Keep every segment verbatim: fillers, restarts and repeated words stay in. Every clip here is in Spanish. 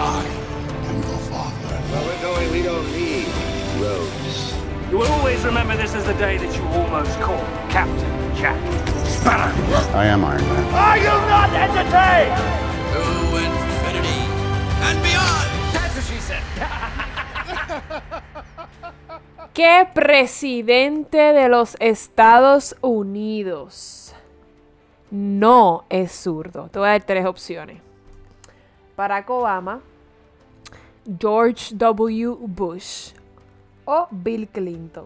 I am your father. Where we're going, we don't need roads. You will always remember this as the day that you almost called Captain Jack Sparrow. I am Iron Man. Are you not entertained? To infinity and beyond. That's what she said. ¿Qué presidente de los Estados Unidos no es zurdo? Te voy a dar tres opciones. Barack Obama, George W. Bush o Bill Clinton.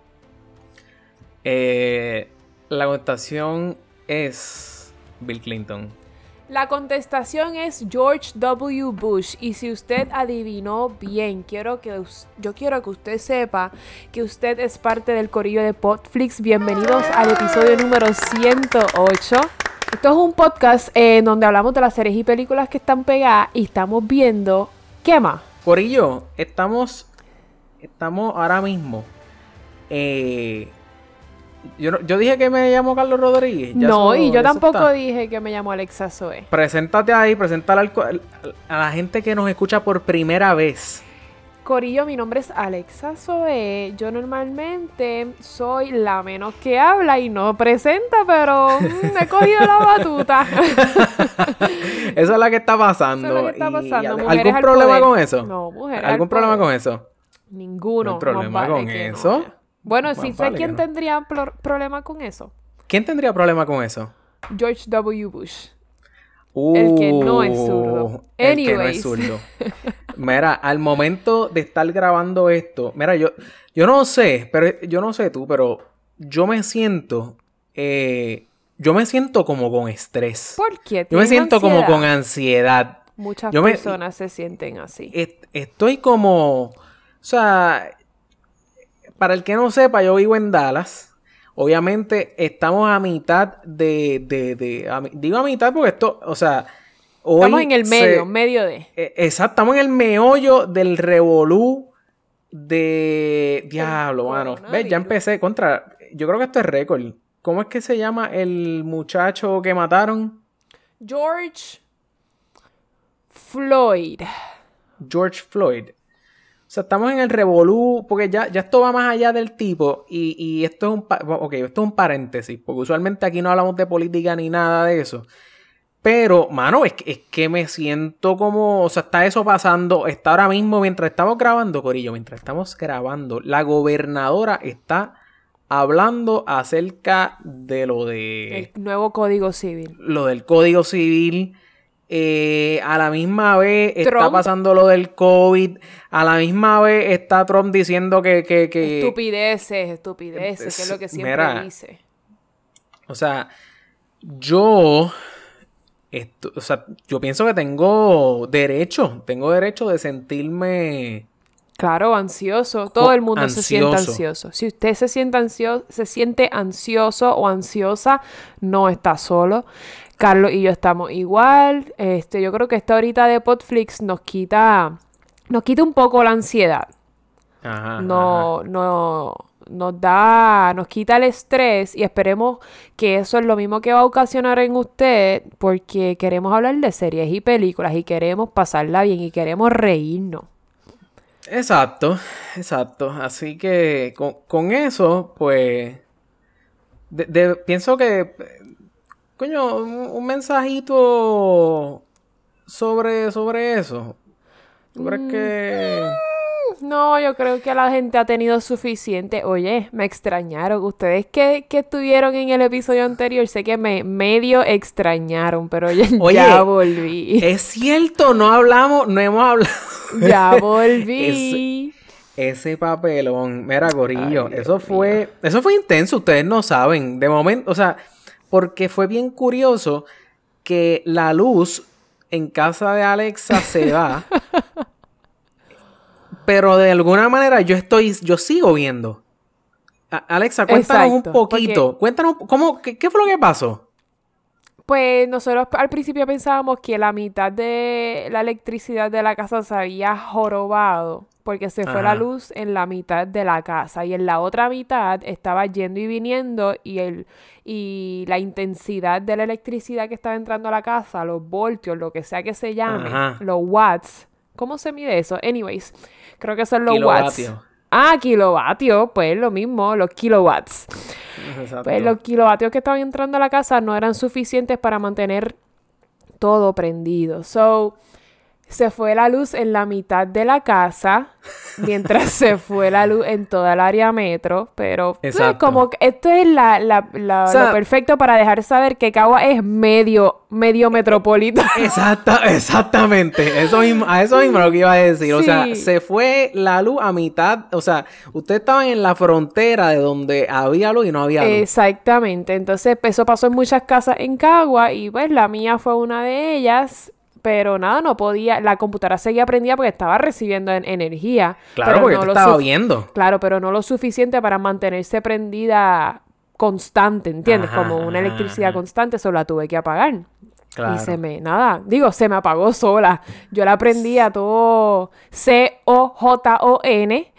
Eh, la contestación es Bill Clinton. La contestación es George W. Bush. Y si usted adivinó bien, quiero que us- yo quiero que usted sepa que usted es parte del corillo de Podflix. Bienvenidos al episodio número ciento ocho. Esto es un podcast eh, en donde hablamos de las series y películas que están pegadas y estamos viendo... ¿Qué más? Corillo, estamos, estamos ahora mismo... Eh, yo, no- yo dije que me llamo Carlos Rodríguez. Ya No, eso- y yo eso tampoco está. dije que me llamo Alexa Zoe. Preséntate ahí, preséntale al co- al- a la gente que nos escucha por primera vez. Corillo, mi nombre es Alexa Zoe. Yo normalmente soy la menos que habla y no presenta, pero mm, he cogido la batuta. Eso es la que está pasando. Eso es lo que está Y- pasando. y- Mujeres ¿Algún al problema poder. con eso? No, mujeres ¿Algún al problema poder. con eso? Ninguno. No hay problema más vale con que no eso. haya. Bueno, Más sí sé vale quién que no. tendría pro- problema con eso. ¿Quién tendría problema con eso? George W. Bush. El que no es zurdo. Uh, El que no Anyways. es zurdo. Mira, al momento de estar grabando esto, mira, yo, yo no sé, pero yo no sé tú, pero yo me siento, eh, yo me siento como con estrés. ¿Por qué? Yo me ¿Tienes siento como ansiedad? con ansiedad. Muchas yo me- personas se sienten así. Est- Estoy como, o sea, para el que no sepa, yo vivo en Dallas. Obviamente estamos a mitad de, de, de a mi- digo a mitad porque esto, o sea, hoy Estamos en el medio, se- medio de... eh, exacto, estamos en el meollo del revolú de diablo, mano. ¿Ves? Ya coronavirus. empecé contra, yo creo que esto es récord. ¿Cómo es que se llama el muchacho que mataron? George Floyd. George Floyd. O sea, estamos en el revolú, porque ya, ya esto va más allá del tipo, y, y esto es un pa- ok, esto es un paréntesis, porque usualmente aquí no hablamos de política ni nada de eso. Pero, mano, es que, es que me siento como, o sea, está eso pasando, está ahora mismo, mientras estamos grabando, Corillo, mientras estamos grabando, la gobernadora está hablando acerca de lo de... El nuevo Código Civil. lo del Código Civil. Eh, a la misma vez está Trump. pasando lo del COVID. A la misma vez está Trump diciendo que... que, que Estupideces, estupideces, que es lo que siempre Mira. dice. O sea, yo... esto- o sea, yo pienso que tengo derecho. Tengo derecho de sentirme... Claro, ansioso. Todo el mundo se siente Ansioso. ansioso. Si usted se siente ansioso, se siente ansioso o ansiosa, no está solo. Carlos y yo estamos igual. Este, yo creo que esta horita de Podflix nos quita, nos quita un poco la ansiedad. Ajá, No, no, nos da, nos quita el estrés y esperemos que eso es lo mismo que va a ocasionar en usted, porque queremos hablar de series y películas y queremos pasarla bien y queremos reírnos. Exacto, exacto. Así que con, con eso, pues, de- de- pienso que, coño, un, un mensajito sobre, sobre eso. ¿Tú crees que...? No, yo creo que la gente ha tenido suficiente. Oye, me extrañaron. Ustedes que, que estuvieron en el episodio anterior, sé que me medio extrañaron, pero ya, Oye, ya volví. Es cierto, no hablamos, no hemos hablado. Ya volví. Ese papelón, mira, Corillo, Ay, Dios eso fue, eso fue intenso, ustedes no saben. De momento, o sea, porque fue bien curioso que la luz en casa de Alexa se va, pero de alguna manera yo estoy, yo sigo viendo. A- Alexa, cuéntanos Exacto, un poquito, porque- cuéntanos, ¿cómo, qué, qué fue lo que pasó? Pues nosotros al principio pensábamos que la mitad de la electricidad de la casa se había jorobado porque se fue Ajá. la luz en la mitad de la casa y en la otra mitad estaba yendo y viniendo y el y la intensidad de la electricidad que estaba entrando a la casa, los voltios, lo que sea que se llame, Ajá. los watts, ¿Cómo se mide eso? Anyways, creo que son los Kilovatio. watts. Ah, kilovatios, pues lo mismo, los kilowatts. Exacto. Pues los kilovatios que estaban entrando a la casa no eran suficientes para mantener todo prendido. So, se fue la luz en la mitad de la casa, mientras se fue la luz en toda el área metro. Pero pues, Exacto. como que esto es la, la, la- O sea, lo perfecto para dejar saber que Cagua es medio, medio metropolitano. Exacta, exactamente. Eso mismo, a eso mismo lo que iba a decir. O sea, Sí. se fue la luz a mitad. O sea, ustedes estaban en la frontera de donde había luz y no había luz. Exactamente. Entonces, eso pasó en muchas casas en Cagua y pues la mía fue una de ellas. Pero nada, no podía, la computadora seguía prendida porque estaba recibiendo en- energía. Claro, pero porque no te lo estaba suf- viendo. Claro, pero no lo suficiente para mantenerse prendida constante, ¿entiendes? Ajá, Como una ajá, electricidad ajá. constante, eso la tuve que apagar. Claro. Y se me, nada, digo, se me apagó sola. Yo la prendí a todo C O J O N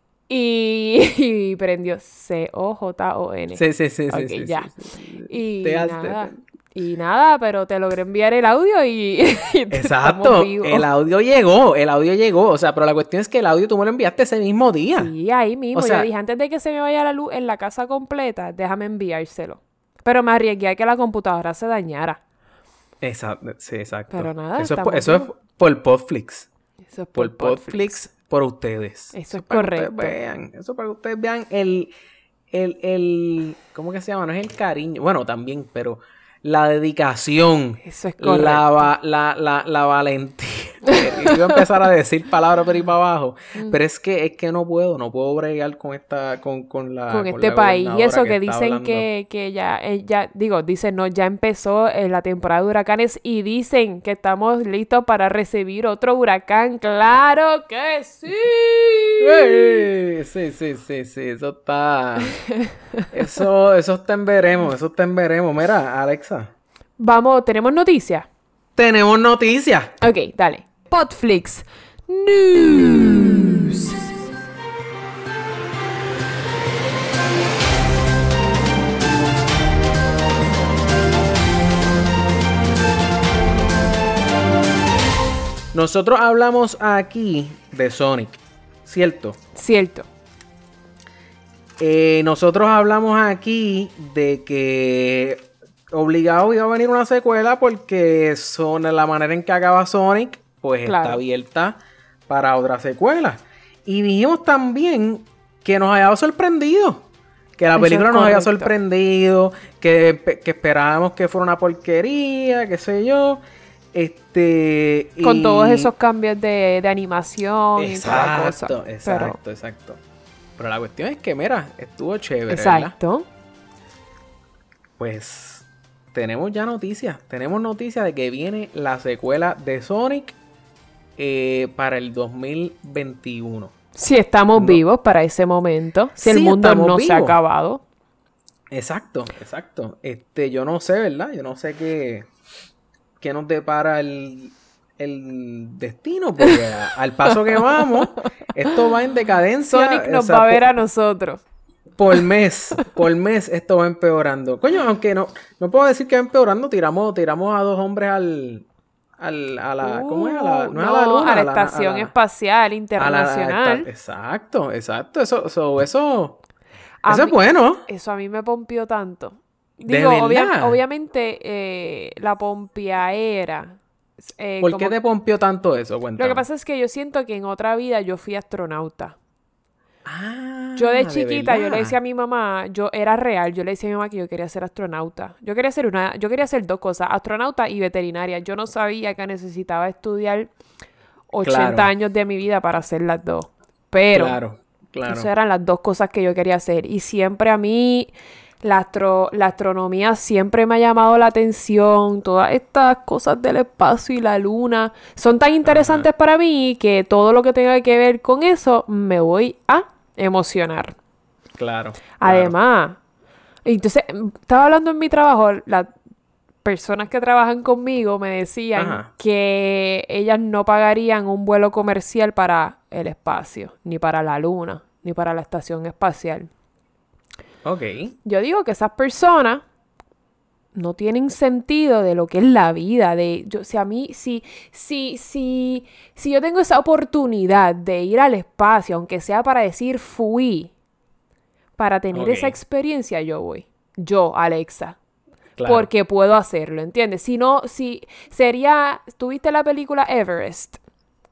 y, y prendió C O J O N. Sí, sí, sí, sí, Ok, sí, ya. sí, sí, sí. Y Te has- nada, te- y nada, pero te logré enviar el audio y, y te- Exacto, estamos vivos. el audio llegó, el audio llegó, o sea, pero la cuestión es que el audio tú me lo enviaste ese mismo día. Sí, ahí mismo. O sea- Yo dije, antes de que se me vaya la luz en la casa completa, déjame enviárselo. Pero me arriesgué a que la computadora se dañara. Exacto, sí, exacto. Pero nada, eso es, por, estamos eso es vivos. por Podflix, Eso es por Podflix, por ustedes. Eso es para correcto. Que ustedes vean, eso para que ustedes vean el, el, el, ¿cómo que se llama? No es el cariño, bueno, también, pero la dedicación, Eso es correcto. la, va- la, la, la valentía. Yo iba a empezar a decir palabras por ahí para abajo, Mm. pero es que es que no puedo, no puedo bregar con esta, con, con la Con este la país. Y gobernadora eso que, está dicen hablando. que, que ya, eh, ya, digo, dicen, no, ya empezó eh, la temporada de huracanes y dicen que estamos listos para recibir otro huracán. ¡Claro que sí! ¡Ey! Sí, sí, sí, sí, eso está. Eso, eso está en veremos, eso está en veremos. Mira, Alexa, Vamos, ¿tenemos noticias? tenemos noticias. Ok, dale. Podflix News. Nosotros hablamos aquí de Sonic, ¿cierto? Cierto. Eh, nosotros hablamos aquí de que obligado iba a venir una secuela porque son la manera en que acaba Sonic, pues Claro. está abierta para otra secuela. Y dijimos también que nos había sorprendido. Que la Eso película es nos había correcto. sorprendido. Que, que esperábamos que fuera una porquería, qué sé yo. Este. Con y- todos esos cambios de, de animación y toda la cosa. Exacto, Pero- exacto, exacto. Pero la cuestión es que, mira, estuvo chévere, ¿verdad? Exacto. Pues tenemos ya noticias. Tenemos noticias de que viene la secuela de Sonic eh, para el dos mil veintiuno. Si estamos No. vivos para ese momento. Si el Sí, mundo estamos no se ha vivos. acabado. Exacto, exacto. Este, yo no sé, ¿verdad? Yo no sé qué, qué nos depara el, el destino, porque a- al paso que vamos, esto va en decadencia. Sonic o nos sea, va a ver por- a nosotros. Por mes, por mes esto va empeorando. Coño, aunque no, no puedo decir que va empeorando, tiramos, tiramos a dos hombres al, al a la, ¿cómo es? A la, no, es a la luna, a la a la- Estación a la- Espacial a la- Internacional. exacto, exacto. Eso, eso, eso, A eso es mí- bueno. Eso a mí me pompió tanto. ¿De Digo, obvia- verdad? obviamente eh, la pompiaera. eh, ¿Por como- qué te pompió tanto eso? Lo Cuéntame. que pasa es que yo siento que en otra vida yo fui astronauta. Ah, Yo de chiquita, yo verdad. le decía a mi mamá, yo era real, yo le decía a mi mamá que yo quería ser astronauta. Yo quería ser una, yo quería hacer dos cosas, astronauta y veterinaria. Yo no sabía que necesitaba estudiar ochenta Claro. años de mi vida para hacer las dos. Pero Claro, claro. esas eran las dos cosas que yo quería hacer. Y siempre a mí la, astro- la astronomía siempre me ha llamado la atención. Todas estas cosas del espacio y la luna son tan interesantes para mí que todo lo que tenga que ver con eso me voy a emocionar. Claro. claro. Además, entonces, mm, estaba hablando en mi trabajo, las personas que trabajan conmigo me decían Ajá. que ellas no pagarían un vuelo comercial para el espacio, ni para la luna, ni para la estación espacial. Ok. Yo digo que esas personas no tienen sentido de lo que es la vida. De, yo, si a mí, si, si, si, si yo tengo esa oportunidad de ir al espacio, aunque sea para decir fui, para tener Ok. esa experiencia, yo voy. Yo, Alexa. Claro. Porque puedo hacerlo, ¿entiendes? Si no, si sería... ¿Tuviste la película Everest?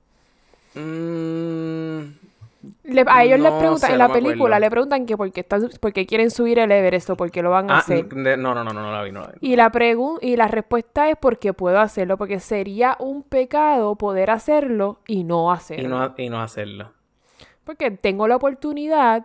Mm, Le- a ellos les No preguntan, sé, en no la me película acuerdo. le preguntan que por qué, están, por qué quieren subir el Everest o por qué lo van a ah, hacer. n- no, no, no, no, no la vi, no la vi. Y la, pregun- y la respuesta es porque puedo hacerlo, porque sería un pecado poder hacerlo y no hacerlo. Y no, y no hacerlo. Porque tengo la oportunidad,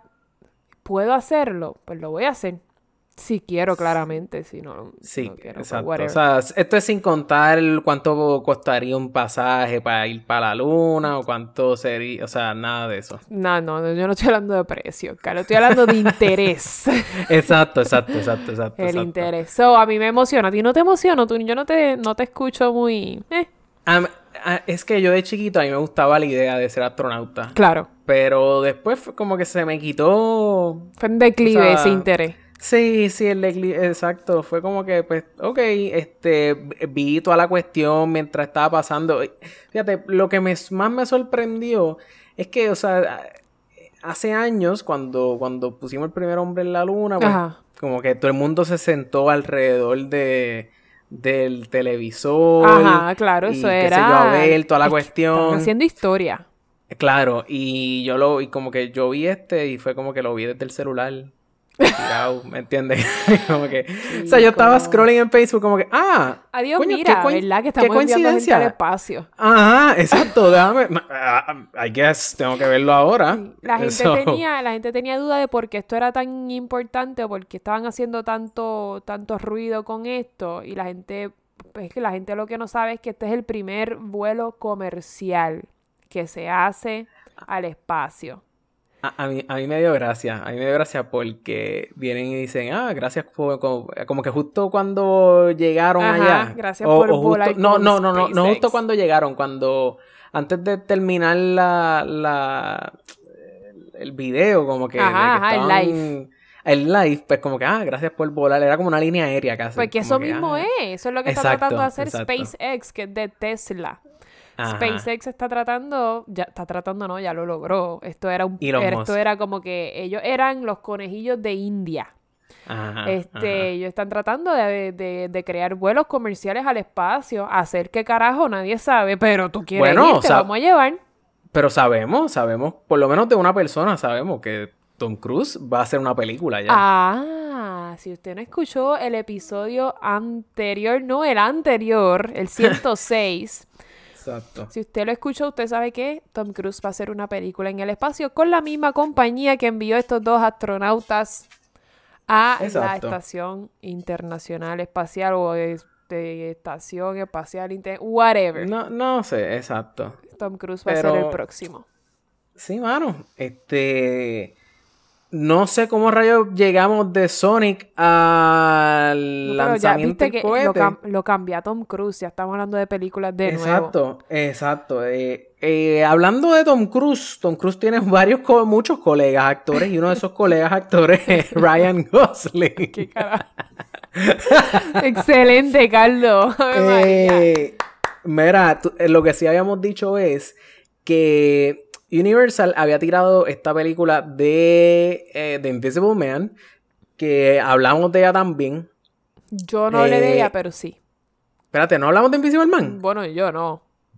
puedo hacerlo, pues lo voy a hacer. Si quiero, claramente, si no, Sí, no quiero, pues exacto. whatever. O sea, esto es sin contar el cuánto costaría un pasaje para ir para la luna o cuánto sería, o sea, nada de eso. No, no, no, yo no estoy hablando de precio, Carlos, estoy hablando de interés. Exacto, exacto, exacto, exacto. El exacto. interés. So, a mí me emociona. ¿A ti no te emociona? Tú, yo no te, no te escucho muy... Eh, Am- ah, es que yo de chiquito a mí me gustaba la idea de ser astronauta. claro. Pero después fue como que se me quitó. Fue en declive O sea, ese interés. Sí, sí, el decli- exacto. Fue como que, pues, ok, este, vi toda la cuestión mientras estaba pasando. Fíjate, lo que me, más me sorprendió es que, o sea, hace años, cuando, cuando pusimos el primer hombre en la luna, pues, Ajá. como que todo el mundo se sentó alrededor de, del televisor. Ajá, claro, y eso qué era... sé yo, a ver toda la es que cuestión. estaban haciendo historia. Claro, y yo lo, y como que yo vi este y fue como que lo vi desde el celular. Tirado, ¿me entiendes? Como que, o sea, yo estaba Chico. scrolling en Facebook como que, ah, Adiós, coño, mira, qué coin- ¿verdad? Que qué estamos enviando gente al coincidencia. espacio. Ajá, exacto, déjame, ah, I guess, tengo que verlo ahora. La gente, So, tenía, la gente tenía duda de por qué esto era tan importante o por qué estaban haciendo tanto, tanto ruido con esto. Y la gente, es que la gente lo que no sabe es que este es el primer vuelo comercial que se hace al espacio. A, a mí, a mí me dio gracia, a mí me dio gracia porque vienen y dicen, ah, gracias por, como, como que justo cuando llegaron Ajá, allá. gracias por justo- volar No, con no, no, no, no SpaceX. justo cuando llegaron, cuando, antes de terminar la, la, el video, como que, de Ajá, que ajá, el estaban- live. El live, pues como que, ah, gracias por volar, era como una línea aérea casi. Porque como eso que, mismo ah. es, eso es lo que está Exacto, tratando de hacer exacto. SpaceX, que es de Tesla. Ajá. SpaceX está tratando, ya está tratando, no, ya lo logró. Esto era un, Elon era- Musk. esto era como que ellos eran los conejillos de India. Ajá, este, ajá. ellos están tratando de, de, de crear vuelos comerciales al espacio, hacer que carajo nadie sabe, pero tú quieres Bueno, ir, te o sea, vamos a llevar. Pero sabemos, sabemos, por lo menos de una persona sabemos que Tom Cruise va a hacer una película ya. Ah, si usted no escuchó el episodio anterior, no, el anterior, el ciento seis. Exacto. Si usted lo escuchó, usted sabe que Tom Cruise va a hacer una película en el espacio con la misma compañía que envió estos dos astronautas a la Exacto. Estación Internacional Espacial o este, Estación Espacial Inter... whatever. No, no sé, exacto. Tom Cruise va a Pero- ser el próximo. Sí, mano. Este. No sé cómo rayos llegamos de Sonic al No, pero ya lanzamiento viste que del cohete. lo, cam- lo cambió a Tom Cruise, ya estamos hablando de películas de nuevo. Exacto, exacto. Eh, eh, hablando de Tom Cruise, Tom Cruise tiene varios, co- muchos colegas actores y uno de esos colegas actores es Ryan Gosling. ¿Qué carajo? Excelente, Carlos. Ave María. Eh, mira, tú- eh, lo que sí habíamos dicho es que Universal había tirado esta película de eh, The Invisible Man, que hablamos de ella también. Yo no hablé de eh, ella, pero sí. Espérate, ¿no hablamos de Invisible Man? Bueno, yo no.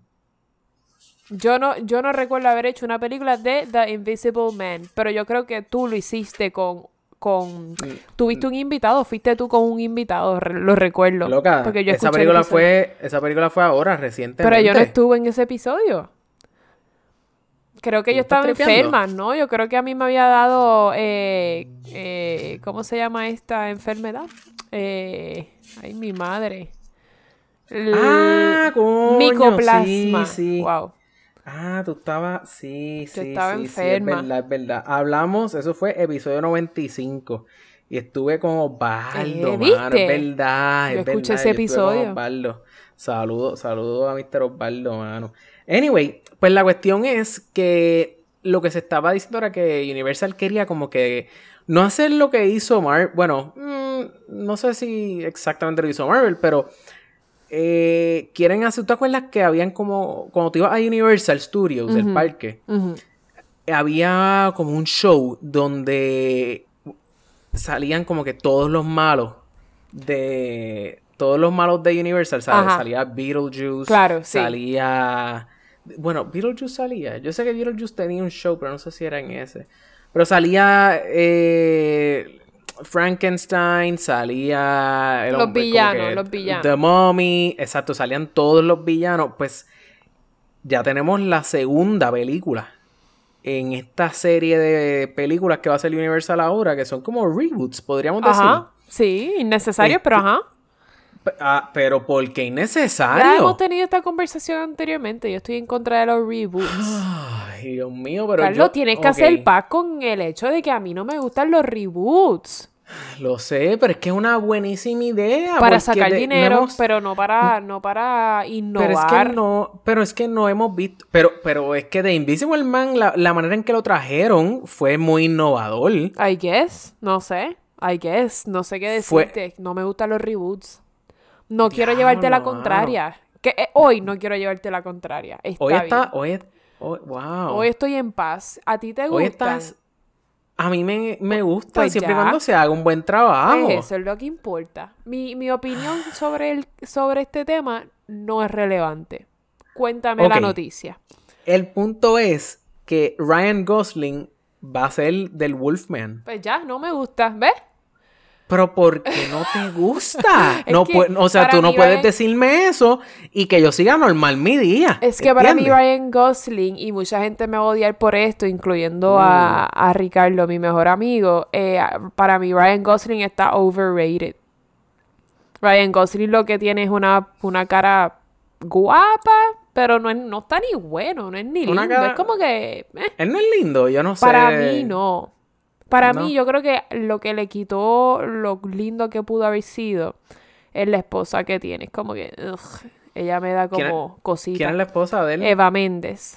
Yo no, yo no recuerdo haber hecho una película de The Invisible Man, pero yo creo que tú lo hiciste con... con tuviste un invitado, fuiste tú con un invitado, re- lo recuerdo. Loca, porque yo esa escuché el película episodio. fue, esa película fue ahora, recientemente. Pero yo no estuve en ese episodio. Creo que ¿Tú yo estás estaba tripeando? enferma, ¿no? Yo creo que a mí me había dado... Eh, eh, ¿cómo se llama esta enfermedad? Eh, ay, mi madre. L- Ah, coño, Micoplasma. sí, sí. Wow. Ah, tú estabas, sí, sí, estaba sí, enferma. sí, es verdad, es verdad. Hablamos, eso fue episodio noventa y cinco. Y estuve con Osvaldo, Eh, mano, ¿viste? es verdad, Yo es escuché verdad, ese yo estuve con episodio. Osvaldo. Saludos, saludos a mister Osvaldo, mano. Anyway, pues la cuestión es que lo que se estaba diciendo era que Universal quería como que no hacer lo que hizo Marvel. Bueno, mmm, no sé si exactamente lo hizo Marvel, pero eh, quieren hacer... ¿Te acuerdas que habían como... Cuando te ibas a Universal Studios, uh-huh. el parque, uh-huh. había como un show donde salían como que todos los malos de... Todos los malos de Universal, ¿sabes? Ajá. Salía Beetlejuice, claro, sí. salía... Bueno, Beetlejuice salía. Yo sé que Beetlejuice tenía un show, pero no sé si era en ese. Pero salía eh, Frankenstein, salía... El los hombre, villanos, que, los villanos. The Mummy, exacto, salían todos los villanos. Pues ya tenemos la segunda película en esta serie de películas que va a hacer Universal ahora, que son como reboots, podríamos decir. Ajá, sí, innecesarios, este, pero ajá. Ah, pero ¿por qué innecesario? Ya hemos tenido esta conversación anteriormente. Yo estoy en contra de los reboots. Ay, Dios mío, pero Carlos, yo... tienes que okay. hacer paz con el hecho de que a mí no me gustan los reboots. Lo sé, pero es que es una buenísima idea. Para sacar de, dinero, no hemos... pero no para, no para innovar. Pero es que no, pero es que no hemos visto... Pero, pero es que The Invisible Man, la, la manera en que lo trajeron fue muy innovador. I guess, no sé. I guess, no sé qué decirte. Fue... No me gustan los reboots. No quiero ya, llevarte no, la contraria. No. Que eh, hoy no quiero llevarte la contraria. Está hoy está, bien. Hoy, hoy, wow. Hoy estoy en paz. ¿A ti te gusta? Hoy estás... A mí me, me gusta, pues siempre y ya. cuando se haga un buen trabajo. Pues eso es lo que importa. Mi, mi opinión sobre, el, sobre este tema no es relevante. Cuéntame okay. la noticia. El punto es que Ryan Gosling va a ser del Wolfman. Pues ya, no me gusta. ¿Ves? Pero ¿por qué no te gusta? no pu- o sea, tú no puedes Ryan... decirme eso y que yo siga normal mi día. Es que ¿entiendes? Para mí Ryan Gosling, y mucha gente me va a odiar por esto, incluyendo mm. a, a Ricardo, mi mejor amigo, eh, para mí Ryan Gosling está overrated. Ryan Gosling lo que tiene es una, una cara guapa, pero no, es, no está ni bueno, no es ni lindo. Cara... Es como que... Eh. Él no es lindo, yo no sé. Para mí no. Para no. mí, yo creo que lo que le quitó lo lindo que pudo haber sido es la esposa que tiene. Es como que, ugh, ella me da como cosita. ¿Quién es la esposa de él? Eva Méndez.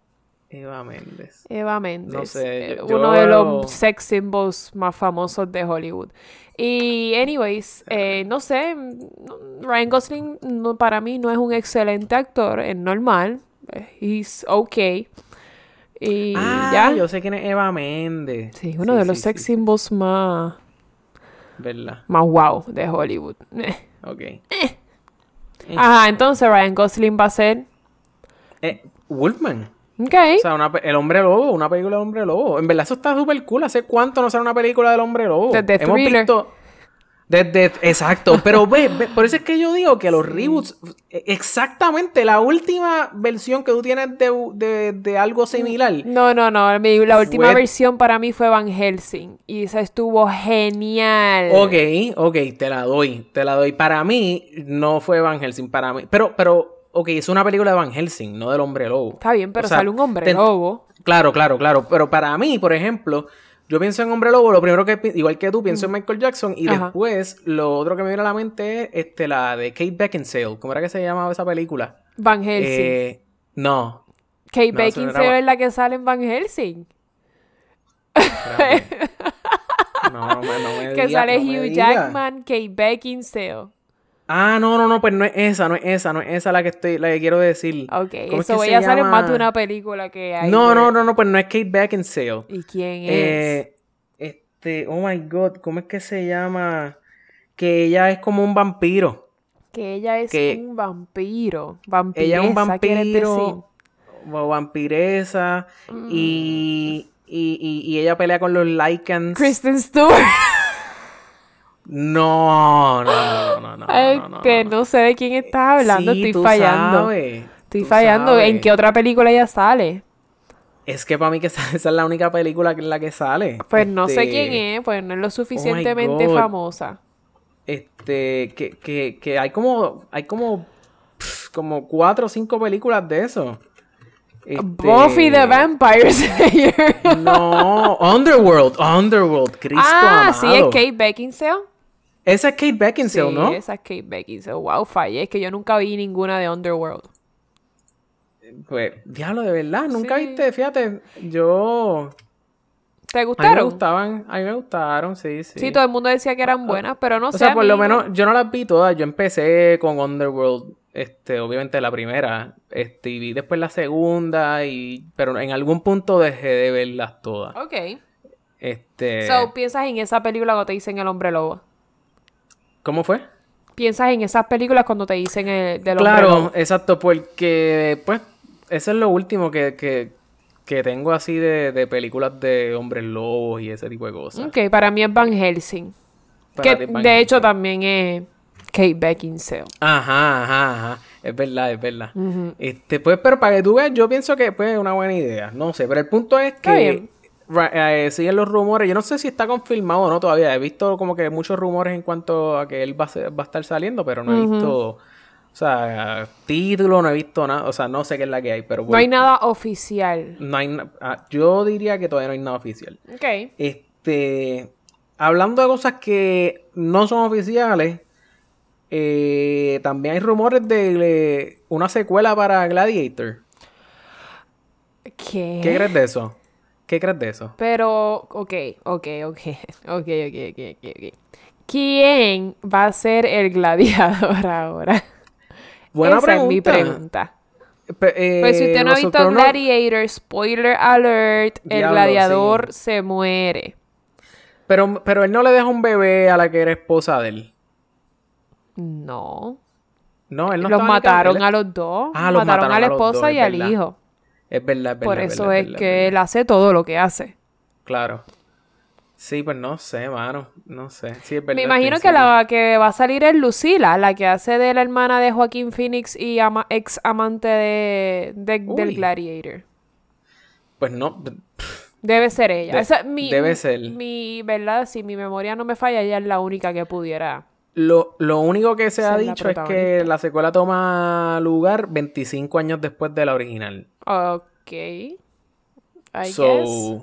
Eva Méndez. Eva Méndez. No sé. Yo, Uno yo... de los sex symbols más famosos de Hollywood. Y, anyways, eh, no sé. Ryan Gosling no, para mí no es un excelente actor. Es normal. He's okay. Y ah, ya. Yo sé quién es Eva Méndez. Sí, uno sí, de los sí, sex sí. symbols más... ¿Verdad? Más wow de Hollywood. Eh. Ok. Eh. Eh. Ajá, entonces Ryan Gosling va a ser... Eh, Wolfman. Ok. O sea, una, el Hombre Lobo, una película del Hombre Lobo. En verdad eso está súper cool. ¿Hace cuánto no sale una película del Hombre Lobo? Desde Hemos Thriller. visto... Desde, exacto, pero ve, ve, por eso es que yo digo que los reboots, exactamente la última versión que tú tienes de, de, de algo similar. No, no, no, mi, la última fue... versión para mí fue Van Helsing y esa estuvo genial. Ok, ok, te la doy, te la doy. Para mí no fue Van Helsing, para mí, pero, pero, ok, es una película de Van Helsing, no del Hombre Lobo. Está bien, pero o sea, sale un Hombre te... Lobo. Claro, claro, claro, pero para mí, por ejemplo... Yo pienso en Hombre Lobo, lo primero que, igual que tú, pienso mm. en Michael Jackson. Y Ajá. después, lo otro que me viene a la mente es este, la de Kate Beckinsale. ¿Cómo era que se llamaba esa película? Van Helsing. Eh, no. Kate no, Beckinsale era... es la que sale en Van Helsing. no, no me, no me Que diga, sale no Hugh me Jackman, Kate Beckinsale. Ah, no, no, no, pues no es esa, no es esa, no es esa la que estoy, la que quiero decir. Ok, eso voy a hacer en más de una película que hay. No, de... no, no, no, pues no es Kate Beckinsale. ¿Y quién es? Eh, este, oh my God, ¿cómo es que se llama? Que ella es como un vampiro. Que ella es que un vampiro. Vampiresa, ella es un vampiro. O vampiresa. Mm. Y, y, y, y ella pelea con los Lycans. Kristen Stewart. No, no, no, no, no, Ay, no, no, que no, no sé de quién estás hablando, sí, estoy tú fallando. Sabes, estoy tú fallando. sabes. ¿En qué otra película ella sale? Es que para mí que esa, esa es la única película en la que sale. Pues este... no sé quién es, pues no es lo suficientemente oh famosa. Este, que, que, que hay como, hay como, pff, como cuatro o cinco películas de eso. Este... Buffy the Vampire Slayer. No, Underworld, Underworld, Cristo ah, amado. sí, es Kate Beckinsale. Esa es Kate Beckinsale, sí, ¿no? esa es Kate Beckinsale. Wow, fallé. Es que yo nunca vi ninguna de Underworld. Pues, diablo, de verdad, nunca Sí. viste, fíjate, yo... ¿Te A mí me gustaron? gustaban, a mí me gustaron, sí, sí. Sí, todo el mundo decía que eran buenas, pero no O sé. sea, a por mí lo no- menos, yo no las vi todas. Yo empecé con Underworld, este, obviamente la primera, este, y vi después la segunda, y pero en algún punto dejé de verlas todas. Ok. Este, So, piensas en esa película cuando te dicen el hombre lobo. ¿cómo fue? Piensas en esas películas cuando te dicen el del hombre Claro, lobo. exacto, porque, pues, eso es lo último que, que, que tengo así de, de películas de hombres lobos y ese tipo de cosas. Ok, para mí es Van Helsing. Para Que ti, Van de hecho Helsing. también es Kate Beckinsale. Ajá, ajá, ajá. Es verdad, es verdad. Este, pues, pero para que tú veas, yo pienso que pues, es una buena idea. No sé, pero el punto es Está que bien. ra- eh, siguen los rumores. Yo no sé si está confirmado o no todavía. He visto como que muchos rumores en cuanto a que él va a, ser- va a estar saliendo, pero no he visto, o sea, título, no he visto nada. O sea, no sé qué es la que hay, pero No hay nada oficial. no hay na- ah, yo diría que todavía no hay nada oficial. Ok. Este, hablando de cosas que no son oficiales, eh, también hay rumores de, de una secuela para Gladiator. ¿Qué? ¿Qué crees de eso? ¿Qué crees de eso? Pero, ok, ok, ok, ok, ok, ok, ok, ok. ¿Quién va a ser el gladiador ahora? Buena Esa pregunta. es mi pregunta. Pe- eh, Pues si usted no ha Russell visto Crowe no- Gladiator, spoiler alert, el Diablo, gladiador sí. se muere. Pero, pero él no le deja un bebé a la que era esposa de él. No. No, él no los estaba ni mataron él- a los dos. Ah, los mataron, mataron a la a los esposa dos, y es al verdad. hijo. Es verdad, es verdad. Por es eso verdad, es verdad, que verdad. él hace todo lo que hace. Claro. Sí, pues no sé, mano. No sé. Sí, es verdad. Me al imagino que principio. la que va a salir es Lucila, la que hace de la hermana de Joaquín Phoenix y ama- ex amante de, de- del Uy. Gladiator. Pues no. Debe ser ella. De- Esa, mi, debe ser. Mi, ¿verdad? Si mi memoria no me falla, ella es la única que pudiera. Lo, lo único que se ha Ser la dicho es que protagonista. la secuela toma lugar veinticinco años después de la original. Ok. I So, guess.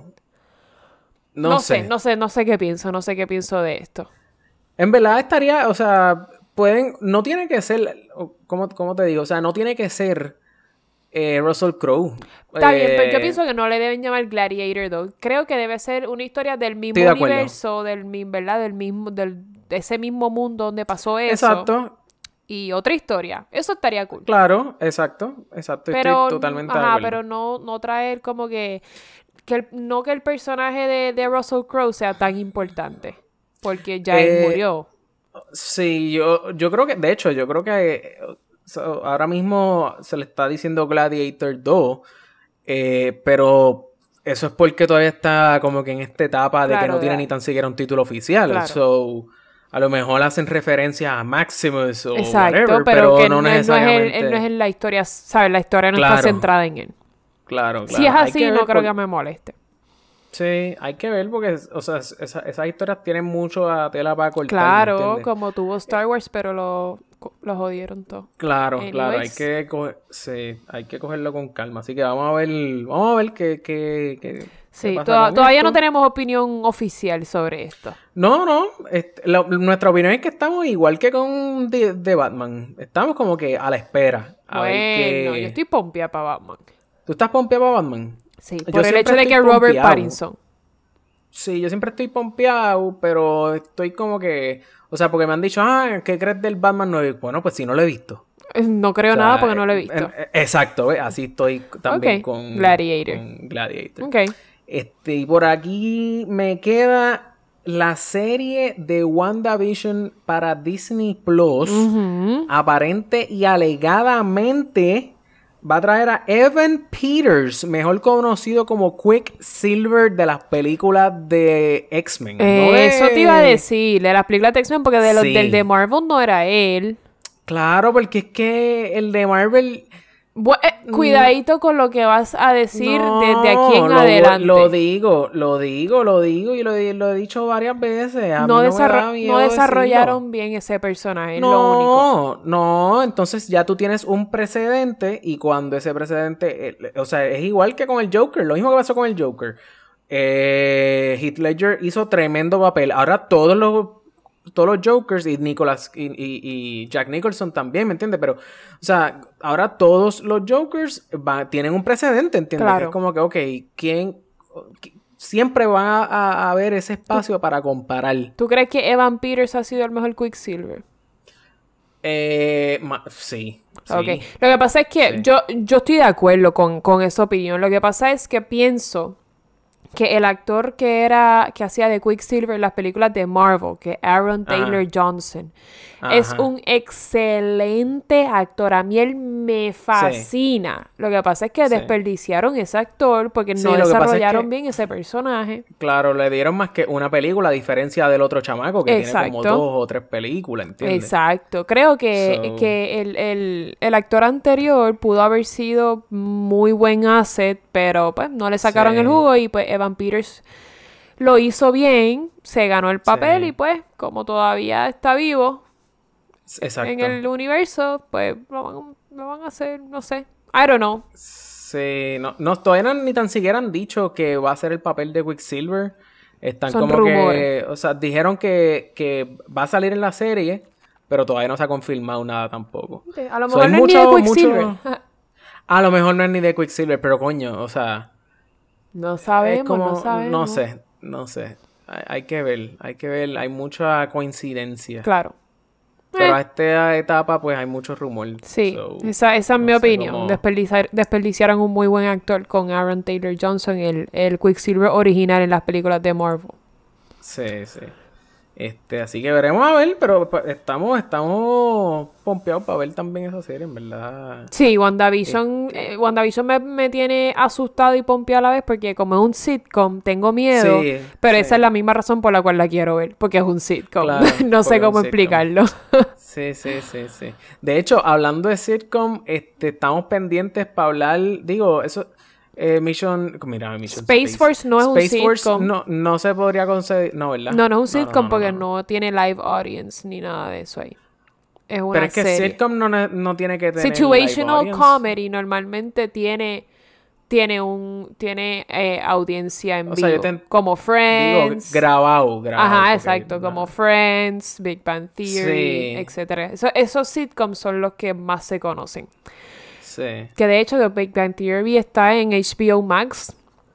no, No sé. sé, no sé, no sé qué pienso, no sé qué pienso de esto. En verdad estaría, o sea, pueden, no tiene que ser, ¿cómo, cómo te digo? O sea, no tiene que ser eh, Russell Crowe. Está bien, pero yo Eh, pienso que no le deben llamar Gladiator dos. Creo que debe ser una historia del mismo Estoy de acuerdo. universo, del mismo, ¿verdad? Del mismo, del, de ese mismo mundo donde pasó eso. Exacto, Y otra historia. Eso estaría cool. claro, exacto, exacto. Pero, Estoy totalmente de ajá, acuerdo. pero no, no traer como que, que el- no que el personaje de, de Russell Crowe sea tan importante. Porque ya Eh, él murió. Sí, yo, yo creo que, de hecho, yo creo que eh, so, ahora mismo se le está diciendo Gladiator dos, eh, pero eso es porque todavía está como que en esta etapa de que Claro, no tiene ya. ni tan siquiera un título oficial. Claro. So, a lo mejor hacen referencia a Maximus o Exacto, whatever, pero, que no no, es- no es el- necesariamente. él no es en la historia, ¿sabes? La historia no Claro. está centrada en él. Claro, claro. Si es Hay así, que no ver creo por- que me moleste. Sí, hay que ver porque, o sea, esa- esas historias tienen mucho a tela para cortar. ¿me Claro, entiendes? como tuvo Star Wars, pero lo, lo jodieron todo. Claro, claro, hay Anyways. que coger, sí, hay que cogerlo con calma. Así que vamos a ver, vamos a ver qué, qué, qué- qué Sí, pasa toda- con todavía esto. no tenemos opinión oficial sobre esto. No, no, este, la- nuestra opinión es que estamos igual que con The, The Batman. Estamos como que a la espera. A ver Bueno, qué... yo estoy pompia para Batman. ¿Tú estás pompeado para Batman? Sí, Yo por el siempre hecho de estoy que Robert pompeado. Pattinson. Sí, yo siempre estoy pompeado, pero estoy como que... O sea, porque me han dicho, ah, ¿qué crees del Batman nuevo? Bueno, pues si no lo he visto. Eh, No creo O sea, nada porque no lo he visto. eh, eh, exacto, ¿ves? Así estoy también Ok, con Gladiator. con Gladiator. Ok. Este, y por aquí me queda la serie de WandaVision para Disney Plus. Ujú. Aparente y alegadamente va a traer a Evan Peters, mejor conocido como Quicksilver de las películas de X-Men. ¿no? Eh, De- Eso te iba a decir, de las películas de X-Men, porque de los Sí. del de Marvel no era él. Claro, porque es que el de Marvel... Bu- eh, cuidadito con lo que vas a decir No, desde aquí en lo, adelante. Lo digo, lo digo, lo digo y lo, di- lo he dicho varias veces. A no, mí no, me desarro- da miedo no desarrollaron decirlo. bien ese personaje, es lo único. No, no, entonces ya tú tienes un precedente y cuando ese precedente, eh, o sea, es igual que con el Joker, lo mismo que pasó con el Joker. Eh, Heath Ledger hizo tremendo papel. Ahora todos los todos los Jokers y Nicolas y, y, y Jack Nicholson también, ¿me entiendes? Pero, o sea, ahora todos los Jokers va, tienen un precedente, ¿entiendes? Claro. Que es como que, ok, ¿quién...? Siempre va a, a haber ese espacio para comparar. ¿Tú crees que Evan Peters ha sido el mejor Quicksilver? Eh, ma- sí, sí. Ok. Lo que pasa es que Sí. yo, yo estoy de acuerdo con, con esa opinión. Lo que pasa es que pienso que el actor que era que hacía de Quicksilver en las películas de Marvel, que Aaron Taylor Ajá. Johnson, es Ajá. un excelente actor. A mí él me fascina. Lo que pasa es que Sí. desperdiciaron ese actor porque Sí, no lo que pasa es desarrollaron que- bien ese personaje. Claro, le dieron más que una película, a diferencia del otro chamaco que tiene Exacto. como dos o tres películas, ¿entiendes? Exacto. Creo que, So- que el, el, el actor anterior pudo haber sido muy buen asset, pero pues no le sacaron Sí. el jugo y pues Evan Peters lo hizo bien, se ganó el papel Sí. y pues como todavía está vivo Exacto. en el universo, pues lo van, lo van a hacer, no sé. I don't know. Sí, no, no, todavía no, ni tan siquiera han dicho que va a ser el papel de Quicksilver. Están Son como rumores. que, o sea, dijeron que, que va a salir en la serie, pero todavía no se ha confirmado nada tampoco. A lo So, mejor hay no es ni mucho- de Quicksilver. mucho- A lo mejor no es ni de Quicksilver, pero coño, o sea, No es sabemos, como, no sabemos. no sé, no sé. Hay, hay que ver, hay que ver, hay mucha coincidencia. Claro. Pero Eh. a esta etapa, pues hay mucho rumor. Sí, So, esa, esa es no mi sé opinión. cómo- Desperdiciar- desperdiciaron un muy buen actor con Aaron Taylor Johnson, el, el Quicksilver original en las películas de Marvel. Sí, sí. Este, así que veremos a ver, pero pa- estamos, estamos pompeados para ver también esa serie, en verdad. Sí, WandaVision, eh, WandaVision me, me tiene asustado y pompeado a la vez porque como es un sitcom, tengo miedo, Sí, pero sí. esa es la misma razón por la cual la quiero ver, porque es un sitcom. Claro, no porque sé es un cómo sitcom. explicarlo. Sí, sí, sí, sí. De hecho, hablando de sitcom, este, estamos pendientes para hablar, digo, eso, eh, Mission, mira, Mission Space Force no es un Space Force sitcom. no, no se podría conceder, no, ¿verdad? No, no es un sitcom no, porque no. no tiene live audience ni nada de eso ahí. Es una Pero es que serie. sitcom no, ne- no tiene que tener live Situational audience. comedy normalmente tiene tiene un tiene eh, audiencia en O vivo, sea, yo te- como Digo, Friends. grabado, grabado. Ajá, porque- exacto, como Friends, Big Bang Theory, Sí. etcétera. Eso- esos sitcoms son los que más se conocen. Sí. Que de hecho The Big Bang Theory está en H B O Max.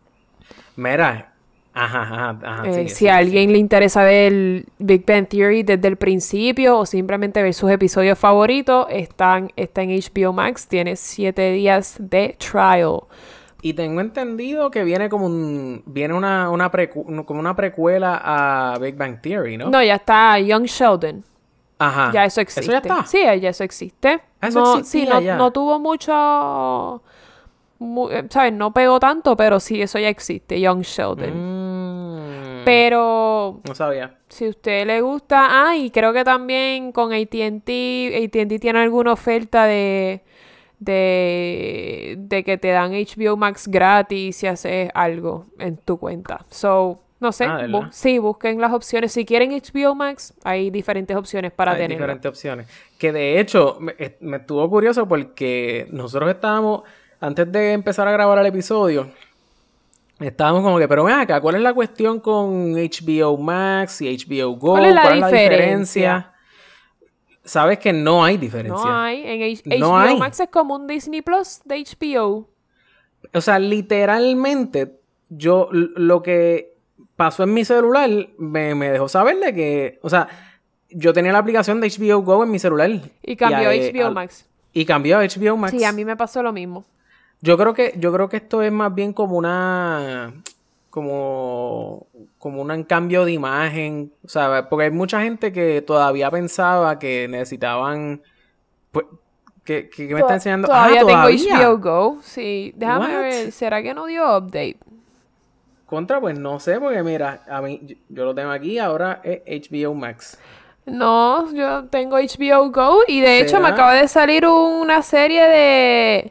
Mira, ajá, ajá, ajá. Eh, sigue, si sigue, a alguien sigue. le interesa ver Big Bang Theory desde el principio o simplemente ver sus episodios favoritos, están, está en H B O Max. Tiene siete días de trial. Y tengo entendido que viene como un, viene una, una precu- como una precuela a Big Bang Theory, ¿no? No, ya está Young Sheldon. Ajá. Ya eso existe. ¿Eso ya está? Sí, ya eso existe. Eso no, existía sí, no, ya. no tuvo mucho... mu- eh, ¿sabes? No pegó tanto, pero sí, eso ya existe, Young Sheldon. Mm, Pero no sabía. si a usted le gusta... Ah, y creo que también con A T and T, A T and T tiene alguna oferta de... De, de que te dan H B O Max gratis si haces algo en tu cuenta. So, no sé. Ah, ¿verdad? bu- sí, busquen las opciones. Si quieren H B O Max, hay diferentes opciones para Hay tenerlo. diferentes opciones. Que de hecho, me, eh, me estuvo curioso porque nosotros estábamos, antes de empezar a grabar el episodio, estábamos como que, pero ven acá, ¿cuál es la cuestión con H B O Max y H B O Go? ¿Cuál es la diferencia? Sabes que no hay diferencia. No hay. En H- No HBO hay. Max es como un Disney Plus de H B O. O sea, literalmente, yo l- lo que pasó en mi celular me, me dejó saber de que, o sea, yo tenía la aplicación de H B O Go en mi celular. Y cambió a eh, H B O al- Max. Y cambió a H B O Max. Sí, a mí me pasó lo mismo. Yo creo que, yo creo que esto es más bien como una, como, como un cambio de imagen, o sea, porque hay mucha gente que todavía pensaba que necesitaban, pues, que, que, que me está enseñando. Todavía ah, tengo todavía. H B O Go. Sí, déjame What? ver. ¿Será que no dio update? Contra, pues no sé, porque mira, a mí, yo, yo lo tengo aquí, ahora es H B O Max. No, yo tengo H B O Go y de hecho me ¿Será? acaba de salir una serie de...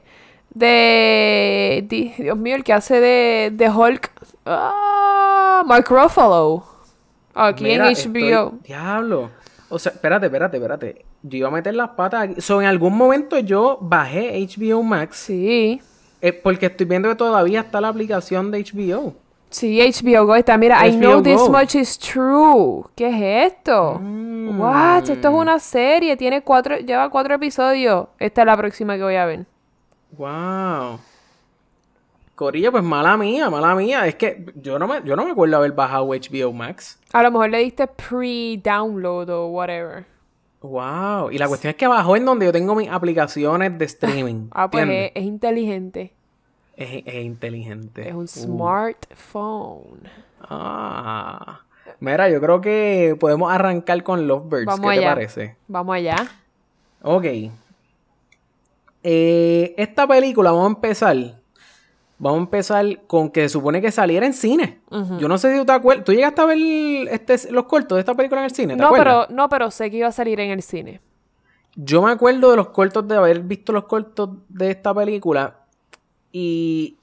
De... di- Dios mío, el que hace de, de Hulk. Ah, Mark Ruffalo. Aquí Mira, en H B O. estoy- Diablo. O sea, espérate, espérate, espérate. Yo iba a meter las patas aquí. So, en algún momento yo bajé H B O Max. Sí. eh, porque estoy viendo que todavía está la aplicación de H B O. Sí, H B O Go está. Mira, I H B O know this Go. much is true. ¿Qué es esto? Mm. What? Esto es una serie. Tiene cuatro, lleva cuatro episodios. Esta es la próxima que voy a ver. Wow. Corillo, pues mala mía, mala mía. Es que yo no me, yo no me acuerdo haber bajado H B O Max. A lo mejor le diste pre-download o whatever. Wow. Y la cuestión es que bajó en donde yo tengo mis aplicaciones de streaming. Ah, pues es, ¿entiendes? es inteligente. Es, es inteligente. Es un Uh. smartphone. Ah. Mira, yo creo que podemos arrancar con Lovebirds. Vamos ¿Qué allá. te parece? Vamos allá. Ok. Eh, esta película, vamos a empezar. Vamos a empezar con que se supone que saliera en cine. Ujú. Yo no sé si tú te acuerdas. ¿Tú llegaste a ver este, los cortos de esta película en el cine? ¿Te No acuerdas? pero, no, pero sé que iba a salir en el cine. Yo me acuerdo de los cortos, de haber visto los cortos de esta película. Y.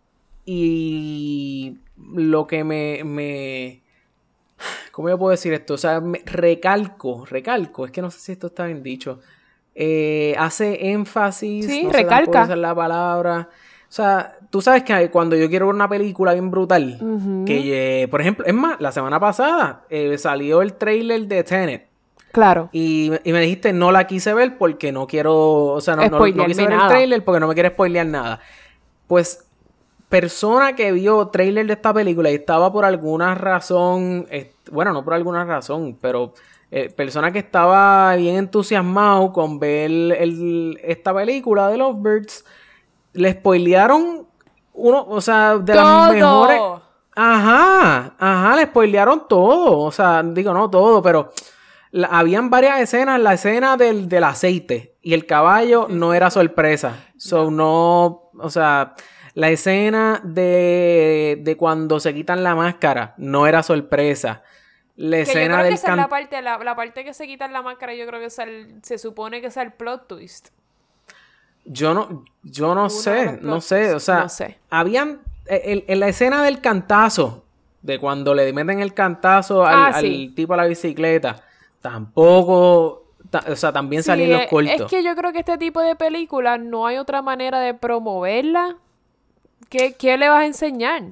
Y. Lo que me. me ¿Cómo yo puedo decir esto? O sea, me recalco. Recalco. Es que no sé si esto está bien dicho. Eh, hace énfasis. Sí, no sé recalca. tampoco esa es la palabra. O sea, tú sabes que cuando yo quiero ver una película bien brutal. Ujú. Que, eh, por ejemplo, es más, la semana pasada eh, salió el trailer de Tenet. Claro. Y, y me dijiste, no la quise ver porque no quiero, o sea, no, no, no Spoilearme quise ver nada. el trailer porque no me quiere spoilear nada. Pues, persona que vio trailer de esta película y estaba por alguna razón, eh, bueno, no por alguna razón, pero eh, persona que estaba bien entusiasmado con ver el, esta película de Lovebirds, le spoilearon uno, o sea, de ¡Todo! las mejores. Ajá, ajá, le spoilearon todo. O sea, digo, no todo, pero la- habían varias escenas. La escena del, del aceite y el caballo no era sorpresa. So, no, o sea, la escena de, de cuando se quitan la máscara no era sorpresa. La Que yo escena creo que del esa es la can- parte, la, la parte que se quita la máscara, yo creo que es el- se supone que es el plot twist. Yo no, yo no Uno de sé, los no plot sé, twists, o sea, no sé. habían, en, en la escena del cantazo, de cuando le meten el cantazo al, Ah, al sí. tipo a la bicicleta, tampoco, ta- o sea, también Sí, salían los es- cortos. Es que yo creo que este tipo de películas no hay otra manera de promoverla. ¿Qué, qué le vas a enseñar?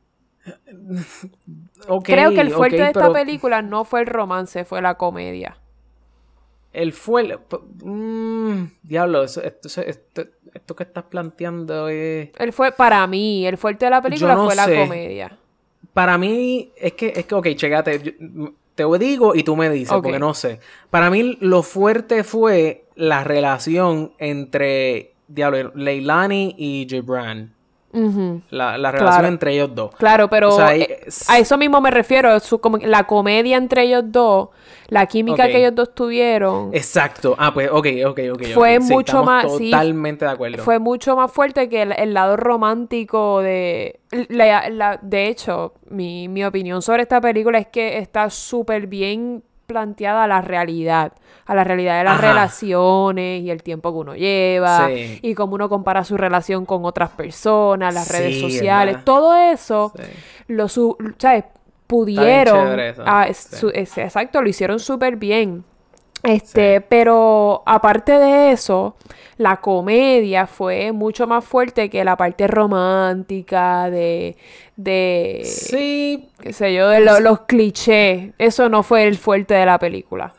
Ok, Creo que el fuerte ok, de esta pero película no fue el romance, fue la comedia. el fue, mm, diablo, eso- esto, esto, esto, esto que estás planteando es, Él fue, para mí, el fuerte de la película no fue la sé. comedia. para mí, es que, es que, ok, checate, yo- te digo y tú me dices, Ok. porque no sé. Para mí lo fuerte fue la relación entre, diablo, Leilani y Gibran. Ujú. La, la relación Claro. entre ellos dos. Claro, pero O sea, eh, es- a eso mismo me refiero, su, como que la comedia entre ellos dos, la química Ok. que ellos dos tuvieron, Exacto. Ah, pues, ok, ok, ok. Fue ok. Sí, mucho estamos más- sí, totalmente de acuerdo. fue mucho más fuerte que el, el lado romántico de... la- la- de hecho, mi, mi opinión sobre esta película es que está súper bien planteada a la realidad, a la realidad de las Ajá. relaciones y el tiempo que uno lleva Sí. y cómo uno compara su relación con otras personas, las redes Sí, sociales, ¿verdad? todo eso, Sí. lo su, ¿sabes? Pudieron, chévere eso, ah, sí. su- es- exacto, lo hicieron súper bien. Este, pero aparte de eso, la comedia fue mucho más fuerte que la parte romántica de, de, Sí, qué sé yo, de lo- los clichés. Eso no fue el fuerte de la película.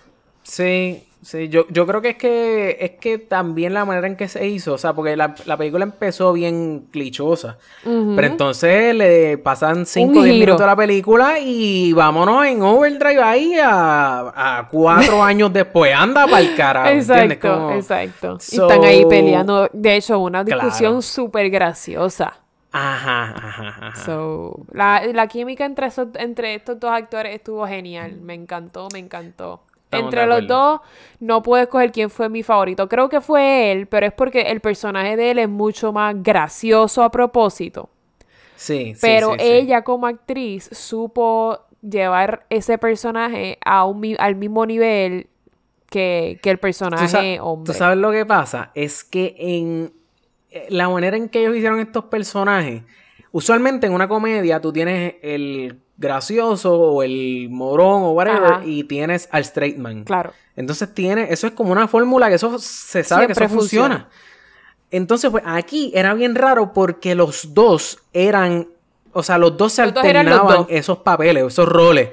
sí, sí. Yo, yo creo que es que es que también la manera en que se hizo, o sea, porque la, la película empezó bien clichosa. Ujú. Pero entonces le pasan cinco o diez giro. minutos de la película y vámonos en overdrive ahí a, a cuatro años después. Anda pa'l carajo, ¿entiendes? Exacto, Como- exacto. Y So- están ahí peleando. De hecho, una discusión Claro. súper graciosa. Ajá, ajá, ajá. So, la, la química entre, esos, entre estos dos actores estuvo genial. Me encantó, me encantó. Estamos entre de los acuerdo. dos, no puedo escoger quién fue mi favorito. Creo que fue él, pero es porque el personaje de él es mucho más gracioso a propósito. Sí, sí, Pero sí, sí. ella como actriz supo llevar ese personaje a un, mi- al mismo nivel que, que el ¿Tú, personaje sa- hombre. tú sabes lo que pasa? Es que en eh, la manera en que ellos hicieron estos personajes, usualmente en una comedia tú tienes el gracioso o el morón o whatever Ajá. y tienes al straight man. Claro. Entonces tiene, eso es como una fórmula que eso se sabe que Siempre eso funciona. funciona. Entonces, pues aquí era bien raro porque los dos eran, o sea, los dos se Los dos eran los alternaban dos. esos papeles, esos roles.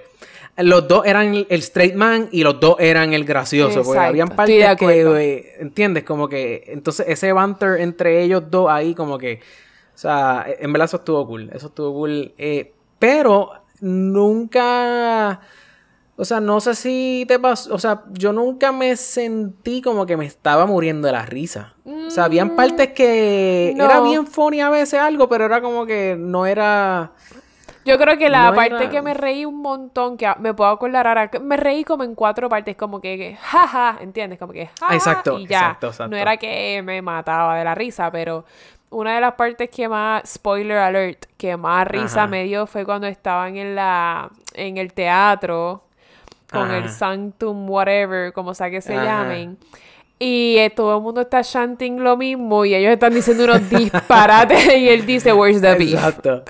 los dos eran el straight man y los dos eran el gracioso. Porque Exacto, habían estoy de partes acuerdo. que, eh, ¿entiendes? Como que, entonces ese banter entre ellos dos ahí como que, o sea, en verdad eso estuvo cool, eso estuvo cool. Eh, pero nunca, o sea, no sé si te pasó, o sea, yo nunca me sentí como que me estaba muriendo de la risa. O sea, habían partes que no. era bien funny a veces algo, pero era como que no era... Yo creo que la No parte era- que me reí un montón, que me puedo acordar ahora, que me reí como en cuatro partes, como que, que jaja, ¿entiendes? Como que jaja, Exacto, y ya. exacto, exacto. No era que me mataba de la risa, pero una de las partes que más, spoiler alert, que más risa Ajá. me dio fue cuando estaban en la, en el teatro con Ajá. el Sanctum whatever, como sea que se Ajá. llamen. Y eh, todo el mundo está chanting lo mismo y ellos están diciendo unos disparates y él dice, where's the beef? Exacto.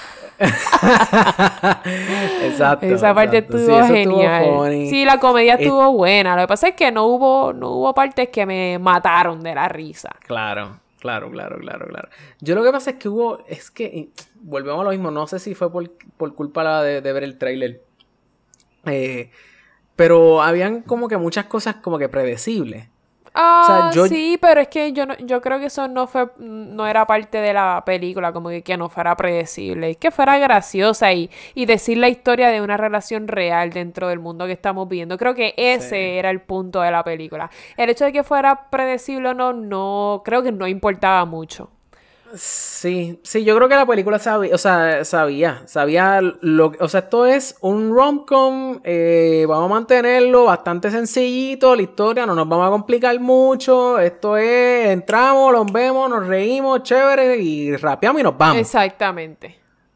Exacto. Esa parte exacto. Sí, estuvo eso genial. funny. Sí, la comedia Eh, estuvo buena. Lo que pasa es que no hubo, no hubo partes que me mataron de la risa. Claro, claro, claro, claro, claro. Yo lo que pasa es que hubo, es que, y, volvemos a lo mismo, no sé si fue por, por culpa la de, de ver el tráiler. Eh, pero habían como que muchas cosas como que predecibles. Ah, yo- sí, pero es que yo no, yo creo que eso no fue, no era parte de la película, como que, que no fuera predecible, que fuera graciosa y, y decir la historia de una relación real dentro del mundo que estamos viviendo. Creo que ese Sí. era el punto de la película. El hecho de que fuera predecible o no, no, creo que no importaba mucho. Sí, sí, yo creo que la película sabía, o sea, sabía, sabía lo o sea, esto es un rom-com, eh, vamos a mantenerlo bastante sencillito, la historia, no nos vamos a complicar mucho, esto es, entramos, los vemos, nos reímos, chévere, y rapeamos y nos vamos. Exactamente.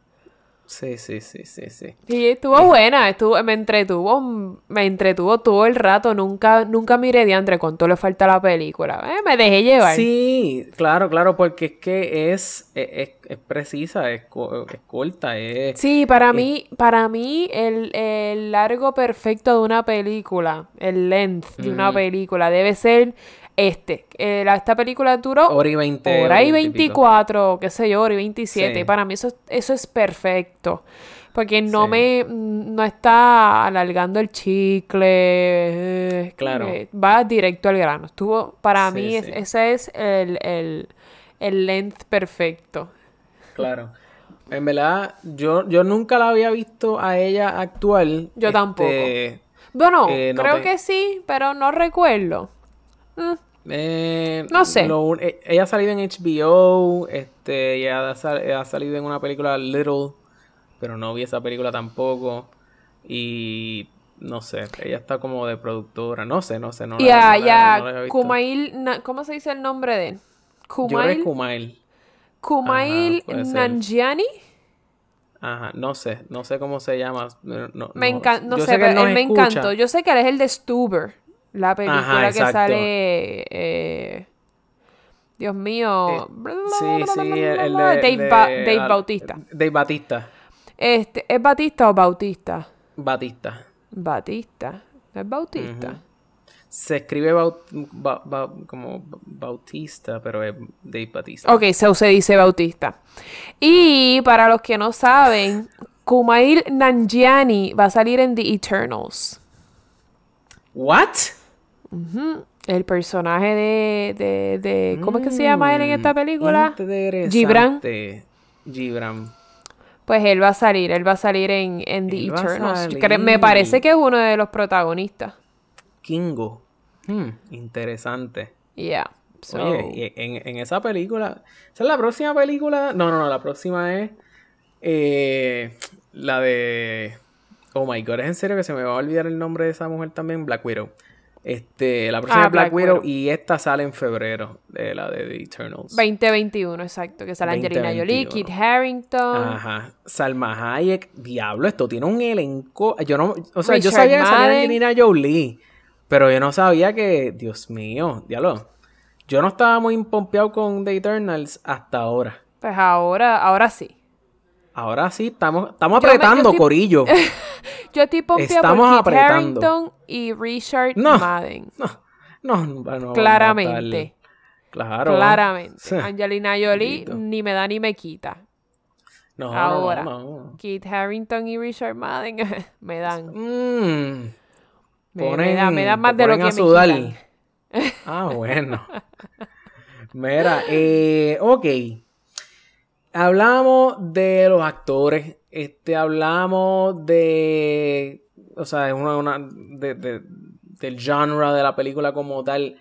Sí, sí, sí, sí, sí. Y estuvo buena, estuvo, me entretuvo, me entretuvo todo el rato, nunca, nunca miré de Andre cuánto le falta a la película. Eh, me dejé llevar. Sí, claro, claro, porque es que es, es, es, es precisa, es, co- es corta, es... Sí, para eh, mí, para mí, el, el largo perfecto de una película, el length de una Ujú. película, debe ser este. Eh, la- esta película duró Hora y veinte, hora y hora y pico. veinticuatro, qué sé yo, hora y veintisiete. Sí. Para mí eso, eso es perfecto. Porque no Sí. me, no está alargando el chicle. eh, Claro. eh, va directo al grano. Estuvo, para Sí, mí, es- sí. ese es el, el, el length perfecto. Claro. En verdad, yo, yo nunca la había visto a ella actuar. Yo tampoco. Este, Bueno, Eh, no creo te- que sí, pero no recuerdo. Mm, eh, No sé. lo un- eh, ella ha salido en H B O, este, ella ha, sal- ha salido en una película Little, pero no vi esa película tampoco. Y no sé, ella está como de productora, no sé, no sé, no la- Ya, no la- no la ya, había visto. Kumail, Na- ¿cómo se dice el nombre de él? Yo creo que es Kumail, Kumail. Kumail Ajá, puede ser. Nanjiani. Ajá, no sé, no sé cómo se llama. No, no, Me no- encanta, no yo sé, que pero nos él me escucha. encantó. Yo sé que él es el de Stuber, la película Ajá, que exacto. sale, eh, Dios mío, Eh, Sí, sí, el, el de, Dave, el de- Ba- Dave al- Bautista. Dave Batista. Este, ¿es Batista o Bautista? Batista. Batista, ¿no es Bautista? Ujú. Se escribe Baut- Ba- Ba- como Bautista, pero es Dave Batista. Ok, so se dice Bautista. Y para los que no saben, Kumail Nanjiani va a salir en The Eternals. ¿What? El personaje de, de, de- ¿cómo es que se llama él en esta película? Mm, Interesante. Gibran. Gibran. Pues él va a salir, él va a salir en, en The Él va a Eternals. salir. Cre- Me parece que es uno de los protagonistas. Kingo. Hmm, interesante. Yeah. So, Oye, y en, en esa película. ¿Esa es la próxima película? No, no, no. La próxima es. eh, la de. Oh my god, es en serio que se me va a olvidar el nombre de esa mujer también. Black Widow. Este, la próxima Ah, es Black, Black Widow, Widow. y esta sale en febrero. De la de The Eternals. veinte veintiuno, exacto. Que sale Angelina Jolie, veinte Kit veintiuno. Harington. Ajá. Salma Hayek. Diablo, esto tiene un elenco. Yo no. O sea, yo Richard sabía que salía Madden. Angelina Jolie. Pero yo no sabía que. Dios mío. Diablo. Yo no estaba muy impompeado con The Eternals hasta ahora. Pues ahora, ahora sí. Ahora sí, estamos, estamos Yo me- yo apretando, estoy- Corillo. Yo estoy pompeada Estamos por Kit apretando. Harington y Richard No. Madden. No, no, no, no, Claramente. Claro. Claramente. Sí. Angelina Jolie Bendito. ni me da ni me quita. No, Ahora, no, no. Kit Harington y Richard Madden me dan. Mm, Me, ponen, me da, me da más te de lo ponen que a sudar. me quitan. Ah, bueno. Mira, eh, ok. Hablamos de los actores. Este, hablamos de. O sea, una, una, de, de, del genre de la película como tal.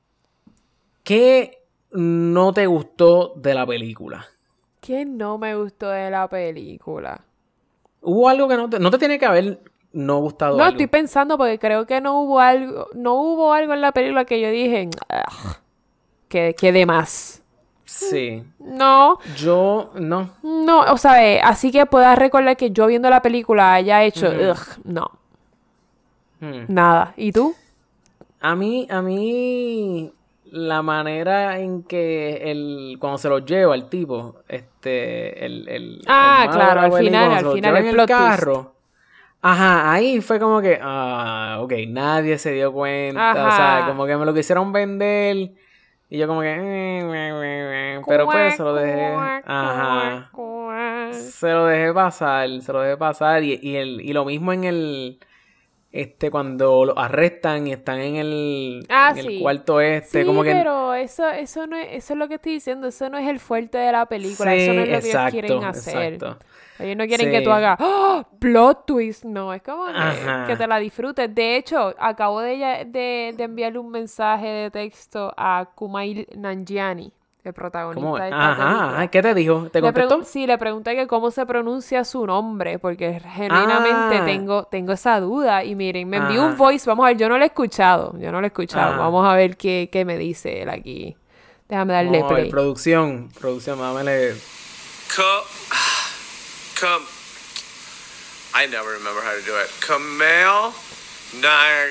¿Qué no te gustó de la película? ¿Qué no me gustó de la película? ¿Hubo algo que no te, no te tiene que haber no gustado No, algo? estoy pensando porque creo que no hubo algo, no hubo algo en la película que yo dije, "Ugh, que, que de más". Sí. No, Yo, no. no, o sea, eh, así que puedas recordar que yo viendo la película haya hecho, Ujú. "Ugh", no, Hmm. nada. ¿Y tú? A mí, a mí, la manera en que el, cuando se lo lleva el tipo, este, el, el, Ah, el malo claro, de la al película, final, cuando al se lo final lleva el en plot twist. carro, ajá, ahí fue como que, ah, ok, nadie se dio cuenta, o sea, Ajá. como que me lo quisieron vender, y yo como que, eh, eh, eh, pero pues se lo dejé, ajá, se lo dejé pasar, se lo dejé pasar, y, y, el, y lo mismo en el... Este, cuando lo arrestan y están en el, Ah, en el sí. cuarto este, Sí, como que... pero eso, eso no es, eso es lo que estoy diciendo, eso no es el fuerte de la película, Sí, eso no es lo que ellos exacto, quieren hacer. exacto. Ellos no quieren Sí. que tú hagas ¡oh! Plot twist, no, es como que, Ajá. que te la disfrutes. De hecho, acabo de, ya- de, de enviarle un mensaje de texto a Kumail Nanjiani, el protagonista ¿Cómo? de esta Ajá, película. ajá, ¿qué te dijo? ¿Te Le pregun- contestó? sí, le pregunté que cómo se pronuncia su nombre, porque genuinamente Ah. tengo, tengo esa duda. Y miren, me envió un Ajá. voice, vamos a ver, yo no lo he escuchado, yo no lo he escuchado. Ajá. Vamos a ver qué, qué me dice él aquí. Déjame darle Vamos a ver, play. producción, producción, dámele... Co- com- I never remember how to do it. Kamal Nar.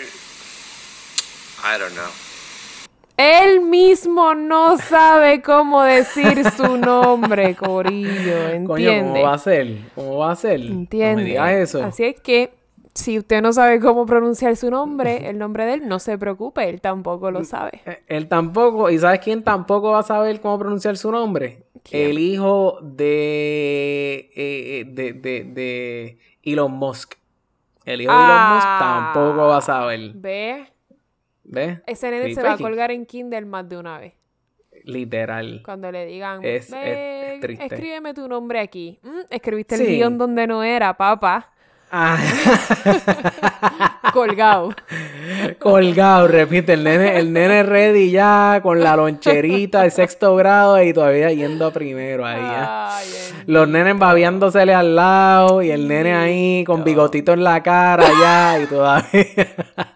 I don't know. Él mismo no sabe cómo decir su nombre, Corillo, Coño, ¿entiende? ¿cómo va a ser? ¿Cómo va a ser? ¿Entiende? No me digas eso. Así es que, si usted no sabe cómo pronunciar su nombre, el nombre de él, no se preocupe, él tampoco lo sabe. Eh, Él tampoco, ¿y sabes quién tampoco va a saber cómo pronunciar su nombre? ¿Quién? El hijo de, eh, de, de, de Elon Musk. El hijo de Elon Musk tampoco va a saber. ¿Ve? ¿Ves? Ese nene Free se va a faking. colgar en Kindle más de una vez. Literal. Cuando le digan, Es- "Ve, es- es triste. escríbeme tu nombre aquí". Mm, escribiste el Sí. guión donde no era, papá. Ah. Colgado. Colgado, repite, el nene, el nene ready ya con la loncherita de sexto grado y todavía yendo a primero ahí. ¿eh? Ay, Los nenes babeándosele al lado y el nene ahí con bigotito en la cara ya y todavía.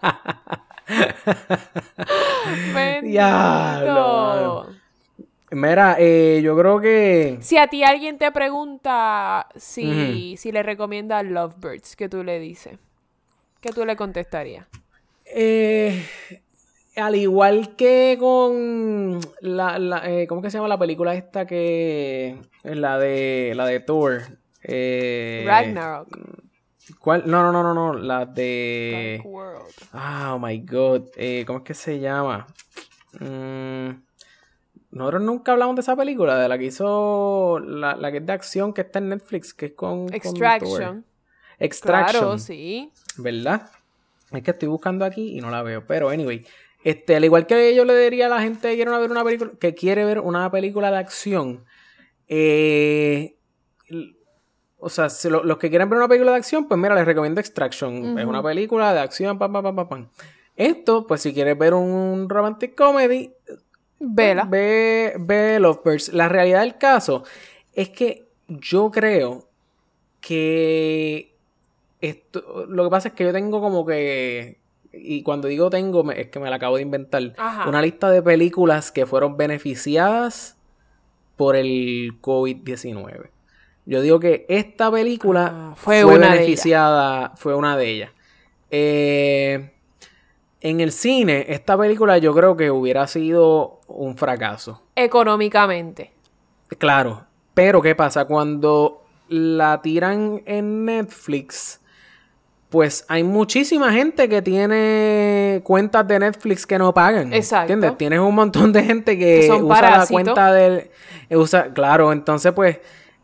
Diablo, bendito. Mira, eh, yo creo que... Si a ti alguien te pregunta si, si le recomienda Lovebirds, ¿qué tú le dices? ¿Qué tú le contestarías? Eh, al igual que con la, la eh, ¿cómo que se llama la película esta que es la de la de Thor? Eh, Ragnarok. ¿Cuál? No, no, no, no, no, la de Dark World. ah, oh my God, eh, ¿cómo es que se llama? Mm, nosotros nunca hablamos de esa película, de la que hizo la, la que es de acción que está en Netflix, que es con con Extraction. Thor. Extraction. Claro, sí. ¿Verdad? Es que estoy buscando aquí y no la veo. Pero, anyway, este, al igual que yo le diría a la gente que quiere ver una película, que quiere ver una película de acción, eh, o sea, si lo- los que quieren ver una película de acción, pues mira, les recomiendo Extraction. Ujú. Es una película de acción, pam, pam, pam, pam, pam. Esto, pues si quieres ver un romantic comedy, Vela. Ve, ve Lovebirds. La realidad del caso es que yo creo que esto, lo que pasa es que yo tengo como que, y cuando digo tengo, me- es que me la acabo de inventar, Ajá. una lista de películas que fueron beneficiadas por el covid diecinueve. Yo digo que esta película Ah, fue fue, una de beneficiada, fue una de ellas. Eh, en el cine, esta película yo creo que hubiera sido un fracaso. Económicamente. Claro, pero ¿qué pasa? Cuando la tiran en Netflix, pues hay muchísima gente que tiene cuentas de Netflix que no pagan. Exacto. ¿Entiendes? Tienes un montón de gente que, Que son usa la parásitos. cuenta del... Usa, claro, entonces pues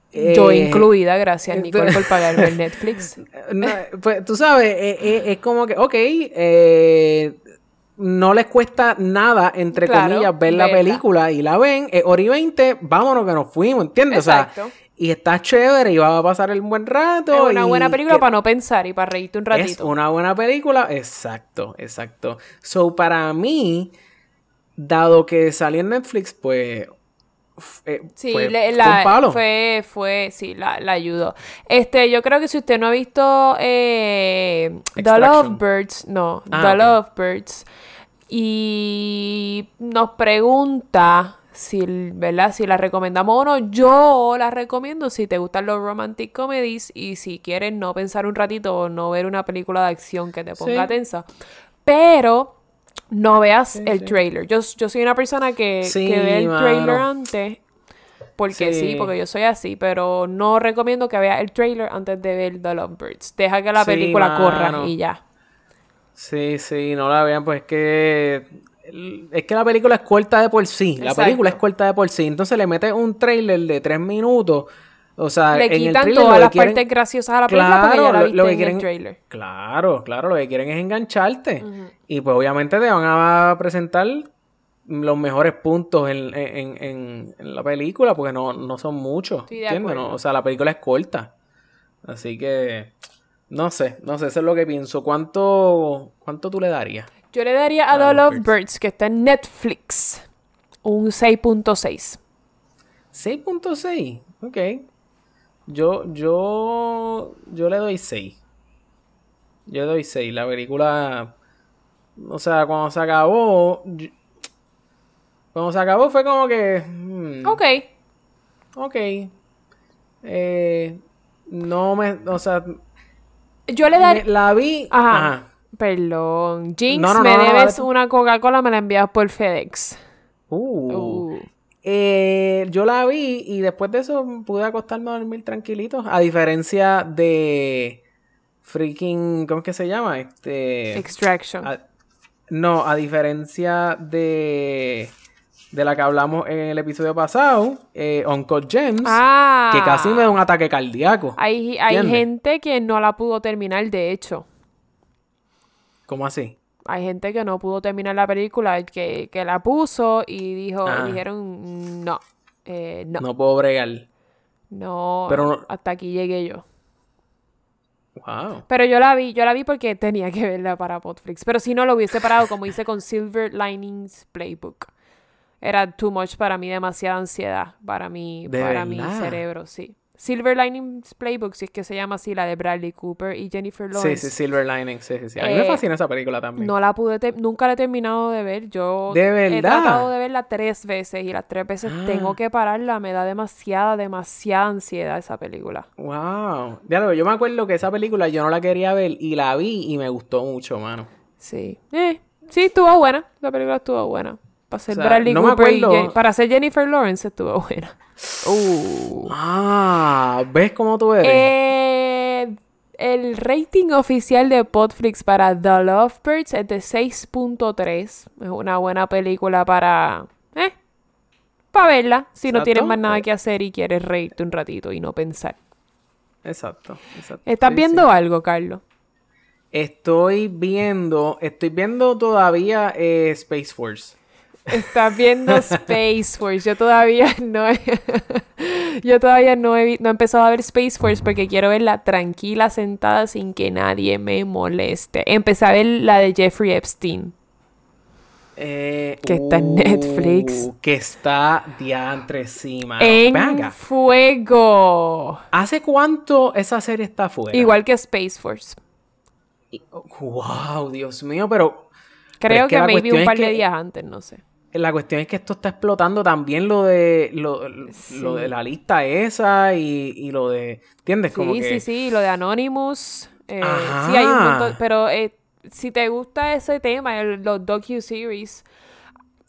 Yo Eh, incluida, gracias ent- Nicole por pagarme el Netflix. No, pues tú sabes, eh, eh, es como que, ok, eh, no les cuesta nada, entre Claro, comillas, ver la verla. película y la ven, eh, hora y veinte, vámonos que nos fuimos, ¿entiendes? Exacto. O sea, y está chévere y va a pasar el buen rato. Es una y buena película que- para no pensar y para reírte un ratito. Es una buena película, exacto, exacto. So, para mí, dado que salió en Netflix, pues... f- eh, Sí, fue, le- fue la, un palo. fue, fue, sí, la, la ayudó. Este, yo creo que si usted no ha visto eh, The Extraction. Lovebirds, no, Ah, The ok. Lovebirds, y nos pregunta si, ¿verdad? Si la recomendamos o no, yo la recomiendo si te gustan los romantic comedies y si quieres no pensar un ratito o no ver una película de acción que te ponga Sí. tensa. Pero no veas Sí, el sí. trailer. Yo, yo soy una persona que, Sí, que ve el mano. trailer antes. Porque sí. Sí. porque yo soy así, pero no recomiendo que veas el trailer antes de ver The Lovebirds. Deja que la Sí, película corra mano. y ya. Sí, sí, no la vean, pues es que es que la película es corta de por sí. La Exacto. película es corta de por sí. Entonces le metes un trailer de tres minutos. O sea, Le en el quitan trailer todas lo que las quieren- partes graciosas a la película porque ya Claro, la lo- viste lo que en quieren- el trailer. Claro, claro, lo que quieren es engancharte. Y pues obviamente te van a presentar los mejores puntos en, en, en, en la película, porque no, no son muchos. Estoy de ¿Entiendes? acuerdo. No, o sea, la película es corta. Así que no sé, no sé, eso es lo que pienso. ¿Cuánto, cuánto tú le darías? Yo le daría a The The Lovebirds. Lovebirds, que está en Netflix, un seis punto seis. seis punto seis, ok. Yo, yo, yo le doy seis. Yo le doy seis. La película, o sea, cuando se acabó, yo- cuando se acabó fue como que, hmm, Ok. ok. Eh, no me, o sea, Yo le me- daría... la vi, Ajá. ajá. Perdón. Jinx, No, no, me no, no, debes dale tú. una Coca-Cola, me la envías por FedEx. Uh. Uh. Eh, yo la vi y después de eso pude acostarme a dormir tranquilito. A diferencia de freaking, ¿cómo es que se llama? Este. Extraction. a- no, a diferencia de de la que hablamos en el episodio pasado, eh, Uncut Gems, Ah. que casi me da un ataque cardíaco. Hay, hay ¿Entiendes? gente que no la pudo terminar, de hecho. ¿Cómo así? Hay gente que no pudo terminar la película, que, que la puso y dijo, Ah. dijeron, no, eh, no, no, No puedo bregar. Pero no- hasta aquí llegué yo. Wow. Pero yo la vi, yo la vi porque tenía que verla para Podflix. Pero si no lo hubiese parado, como hice con Silver Linings Playbook. Era too much para mí, demasiada ansiedad para mí, ¿De para mi verdad? cerebro, sí. Silver Linings Playbook, si es que se llama así, la de Bradley Cooper y Jennifer Sí, Lawrence. sí, Silver Lining, sí, sí, sí. A mí me Eh, fascina esa película también. No la pude, ter- nunca la he terminado de ver. Yo ¿De he verdad? tratado de verla tres veces y las tres veces Ah. tengo que pararla. Me da demasiada, demasiada ansiedad esa película. Wow. Diálogo, yo me acuerdo que esa película yo no la quería ver y la vi y me gustó mucho, mano. Sí. Eh, sí, estuvo buena. La película estuvo buena. Para ser O sea, Bradley no me Cooper y acuerdo- Jen- para ser Jennifer Lawrence estuvo buena. Uh. Ah, ¿ves cómo tú eres? Eh, el rating oficial de Podflix para The Lovebirds es de seis punto tres. Es una buena película para... Eh, para verla. Si no Exacto. tienes más nada que hacer y quieres reírte un ratito y no pensar. Exacto, exacto. ¿Estás Sí, viendo sí. algo, Carlos? Estoy viendo, estoy viendo todavía eh, Space Force. Estás viendo Space Force. Yo todavía no he, yo todavía no he, vi- no he empezado a ver Space Force porque quiero verla tranquila, sentada, sin que nadie me moleste. Empecé a ver la de Jeffrey Epstein. Eh, Que está en Netflix. Que está diantre encima. En Venga, fuego. ¿hace cuánto esa serie está fuera? Igual que Space Force. Wow, Dios mío, pero pero Creo es que, la maybe cuestión un es par de que- días antes, no sé. la cuestión es que esto está explotando también lo de lo, lo de la lista esa y, y lo de, ¿entiendes? Como Sí, que, sí, sí, lo de Anonymous. eh, Ajá. sí, hay un montón. Pero eh, si te gusta ese tema, el- los docu-series,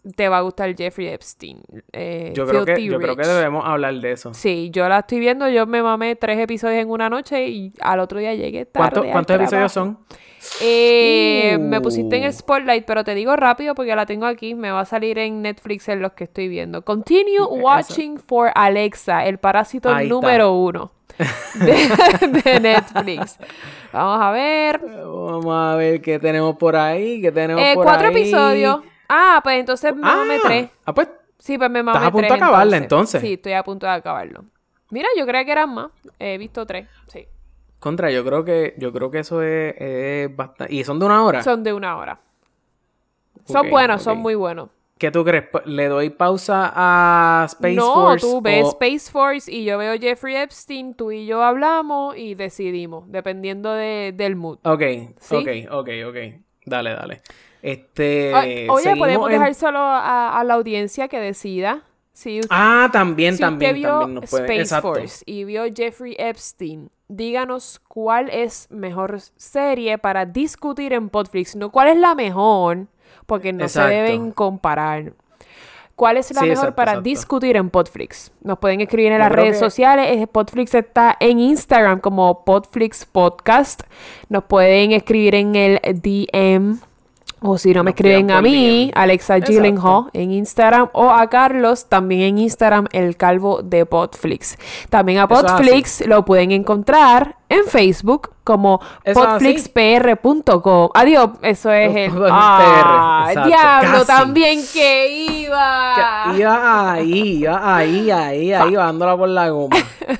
te va a gustar Jeffrey Epstein. Eh, Yo creo, que, Filthy yo creo que Rich. debemos hablar de eso. Sí, yo la estoy viendo, yo me mamé tres episodios en una noche y al otro día llegué tarde. ¿Cuánto- al ¿Cuántos episodios trabajo. son? Eh, Uh. Me pusiste en el Spotlight, pero te digo rápido porque la tengo aquí. Me va a salir en Netflix en los que estoy viendo. Continue watching for Alexa, el parásito Ahí está. número uno de, de Netflix. Vamos a ver. Vamos a ver qué tenemos por ahí, qué tenemos Eh, por cuatro ahí. episodios. Ah, pues entonces me mamé tres. Ah, pues Sí, pues me mamé ¿Estás a punto tres, de acabarla, entonces? Sí, estoy a punto de acabarlo. Mira, yo creía que eran más. He visto tres, sí. contra, yo creo que yo creo que eso es, es bastante. ¿Y son de una hora? Son de una hora. Son Ok, buenos, ok. son muy buenos. ¿Qué tú crees? ¿Le doy pausa a Space no, Force? tú ves o- Space Force y yo veo Jeffrey Epstein, tú y yo hablamos y decidimos, dependiendo de, del mood. Ok, ¿Sí? ok, ok, ok. Dale, dale. Este. O- Oye, seguimos podemos en- dejar solo a, a la audiencia que decida. Si usted, Ah, también, si también, usted vio también nos puede. Space Exacto. Force y vio Jeffrey Epstein, díganos cuál es mejor serie para discutir en Podflix. No cuál es la mejor, porque no Exacto. se deben comparar. ¿Cuál es la Sí, mejor exacto, para exacto. discutir en Podflix? Nos pueden escribir en Yo las creo redes que- sociales. Eh, Podflix está en Instagram como Podflix Podcast. Nos pueden escribir en el D M. O si no me Nos escriben tiran a por mí, D M. Alexa Exacto. Gyllenhaal en Instagram. O a Carlos también en Instagram, el calvo de Podflix. También a Eso es Podflix lo pueden encontrar en Facebook como Eso es podflix p r punto com. Adiós, eso es el... Podflix ¡Ah! P R, exacto. ¡Diablo! Casi. También que iba. Que Iba ahí, iba ahí, ahí, ahí, dándola por la goma.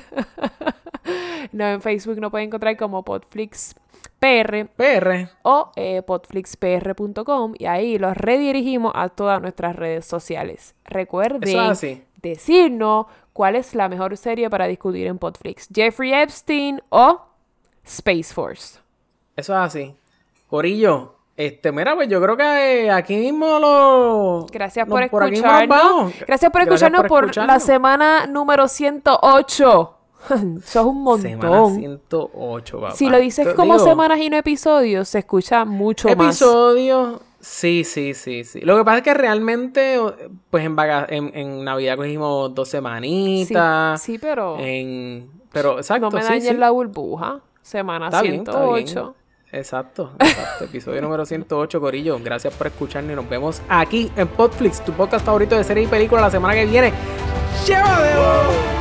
No, en Facebook no pueden encontrar como Podflix P R P R. o eh, podflix p r punto com y ahí los redirigimos a todas nuestras redes sociales. Recuerden Eso es así. decirnos cuál es la mejor serie para discutir en Podflix. Jeffrey Epstein o Space Force. Eso es así. Corillo, este, mira, pues yo creo que eh, aquí mismo lo. Gracias lo- por aquí mismo nos escucharnos. vamos. Gracias por escucharnos por, la escucharnos. semana número ciento ocho. Sos un Semana montón. ciento ocho, papá. Si lo dices Te como digo, semanas y no episodios, se escucha mucho más. Episodio. Sí, sí, sí, sí. Lo que pasa es que realmente, pues en, vaca- en, en Navidad cogimos dos Sí, semanitas. sí, pero En... Pero, exacto, no me sí, dañes sí. la burbuja. Semana Está bien, ciento está bien. ocho. Exacto, exacto. Episodio número ciento ocho, Corillo. Gracias por escucharnos y nos vemos aquí en Podflix, tu podcast favorito de serie y película la semana que viene. ¡Llévatelo!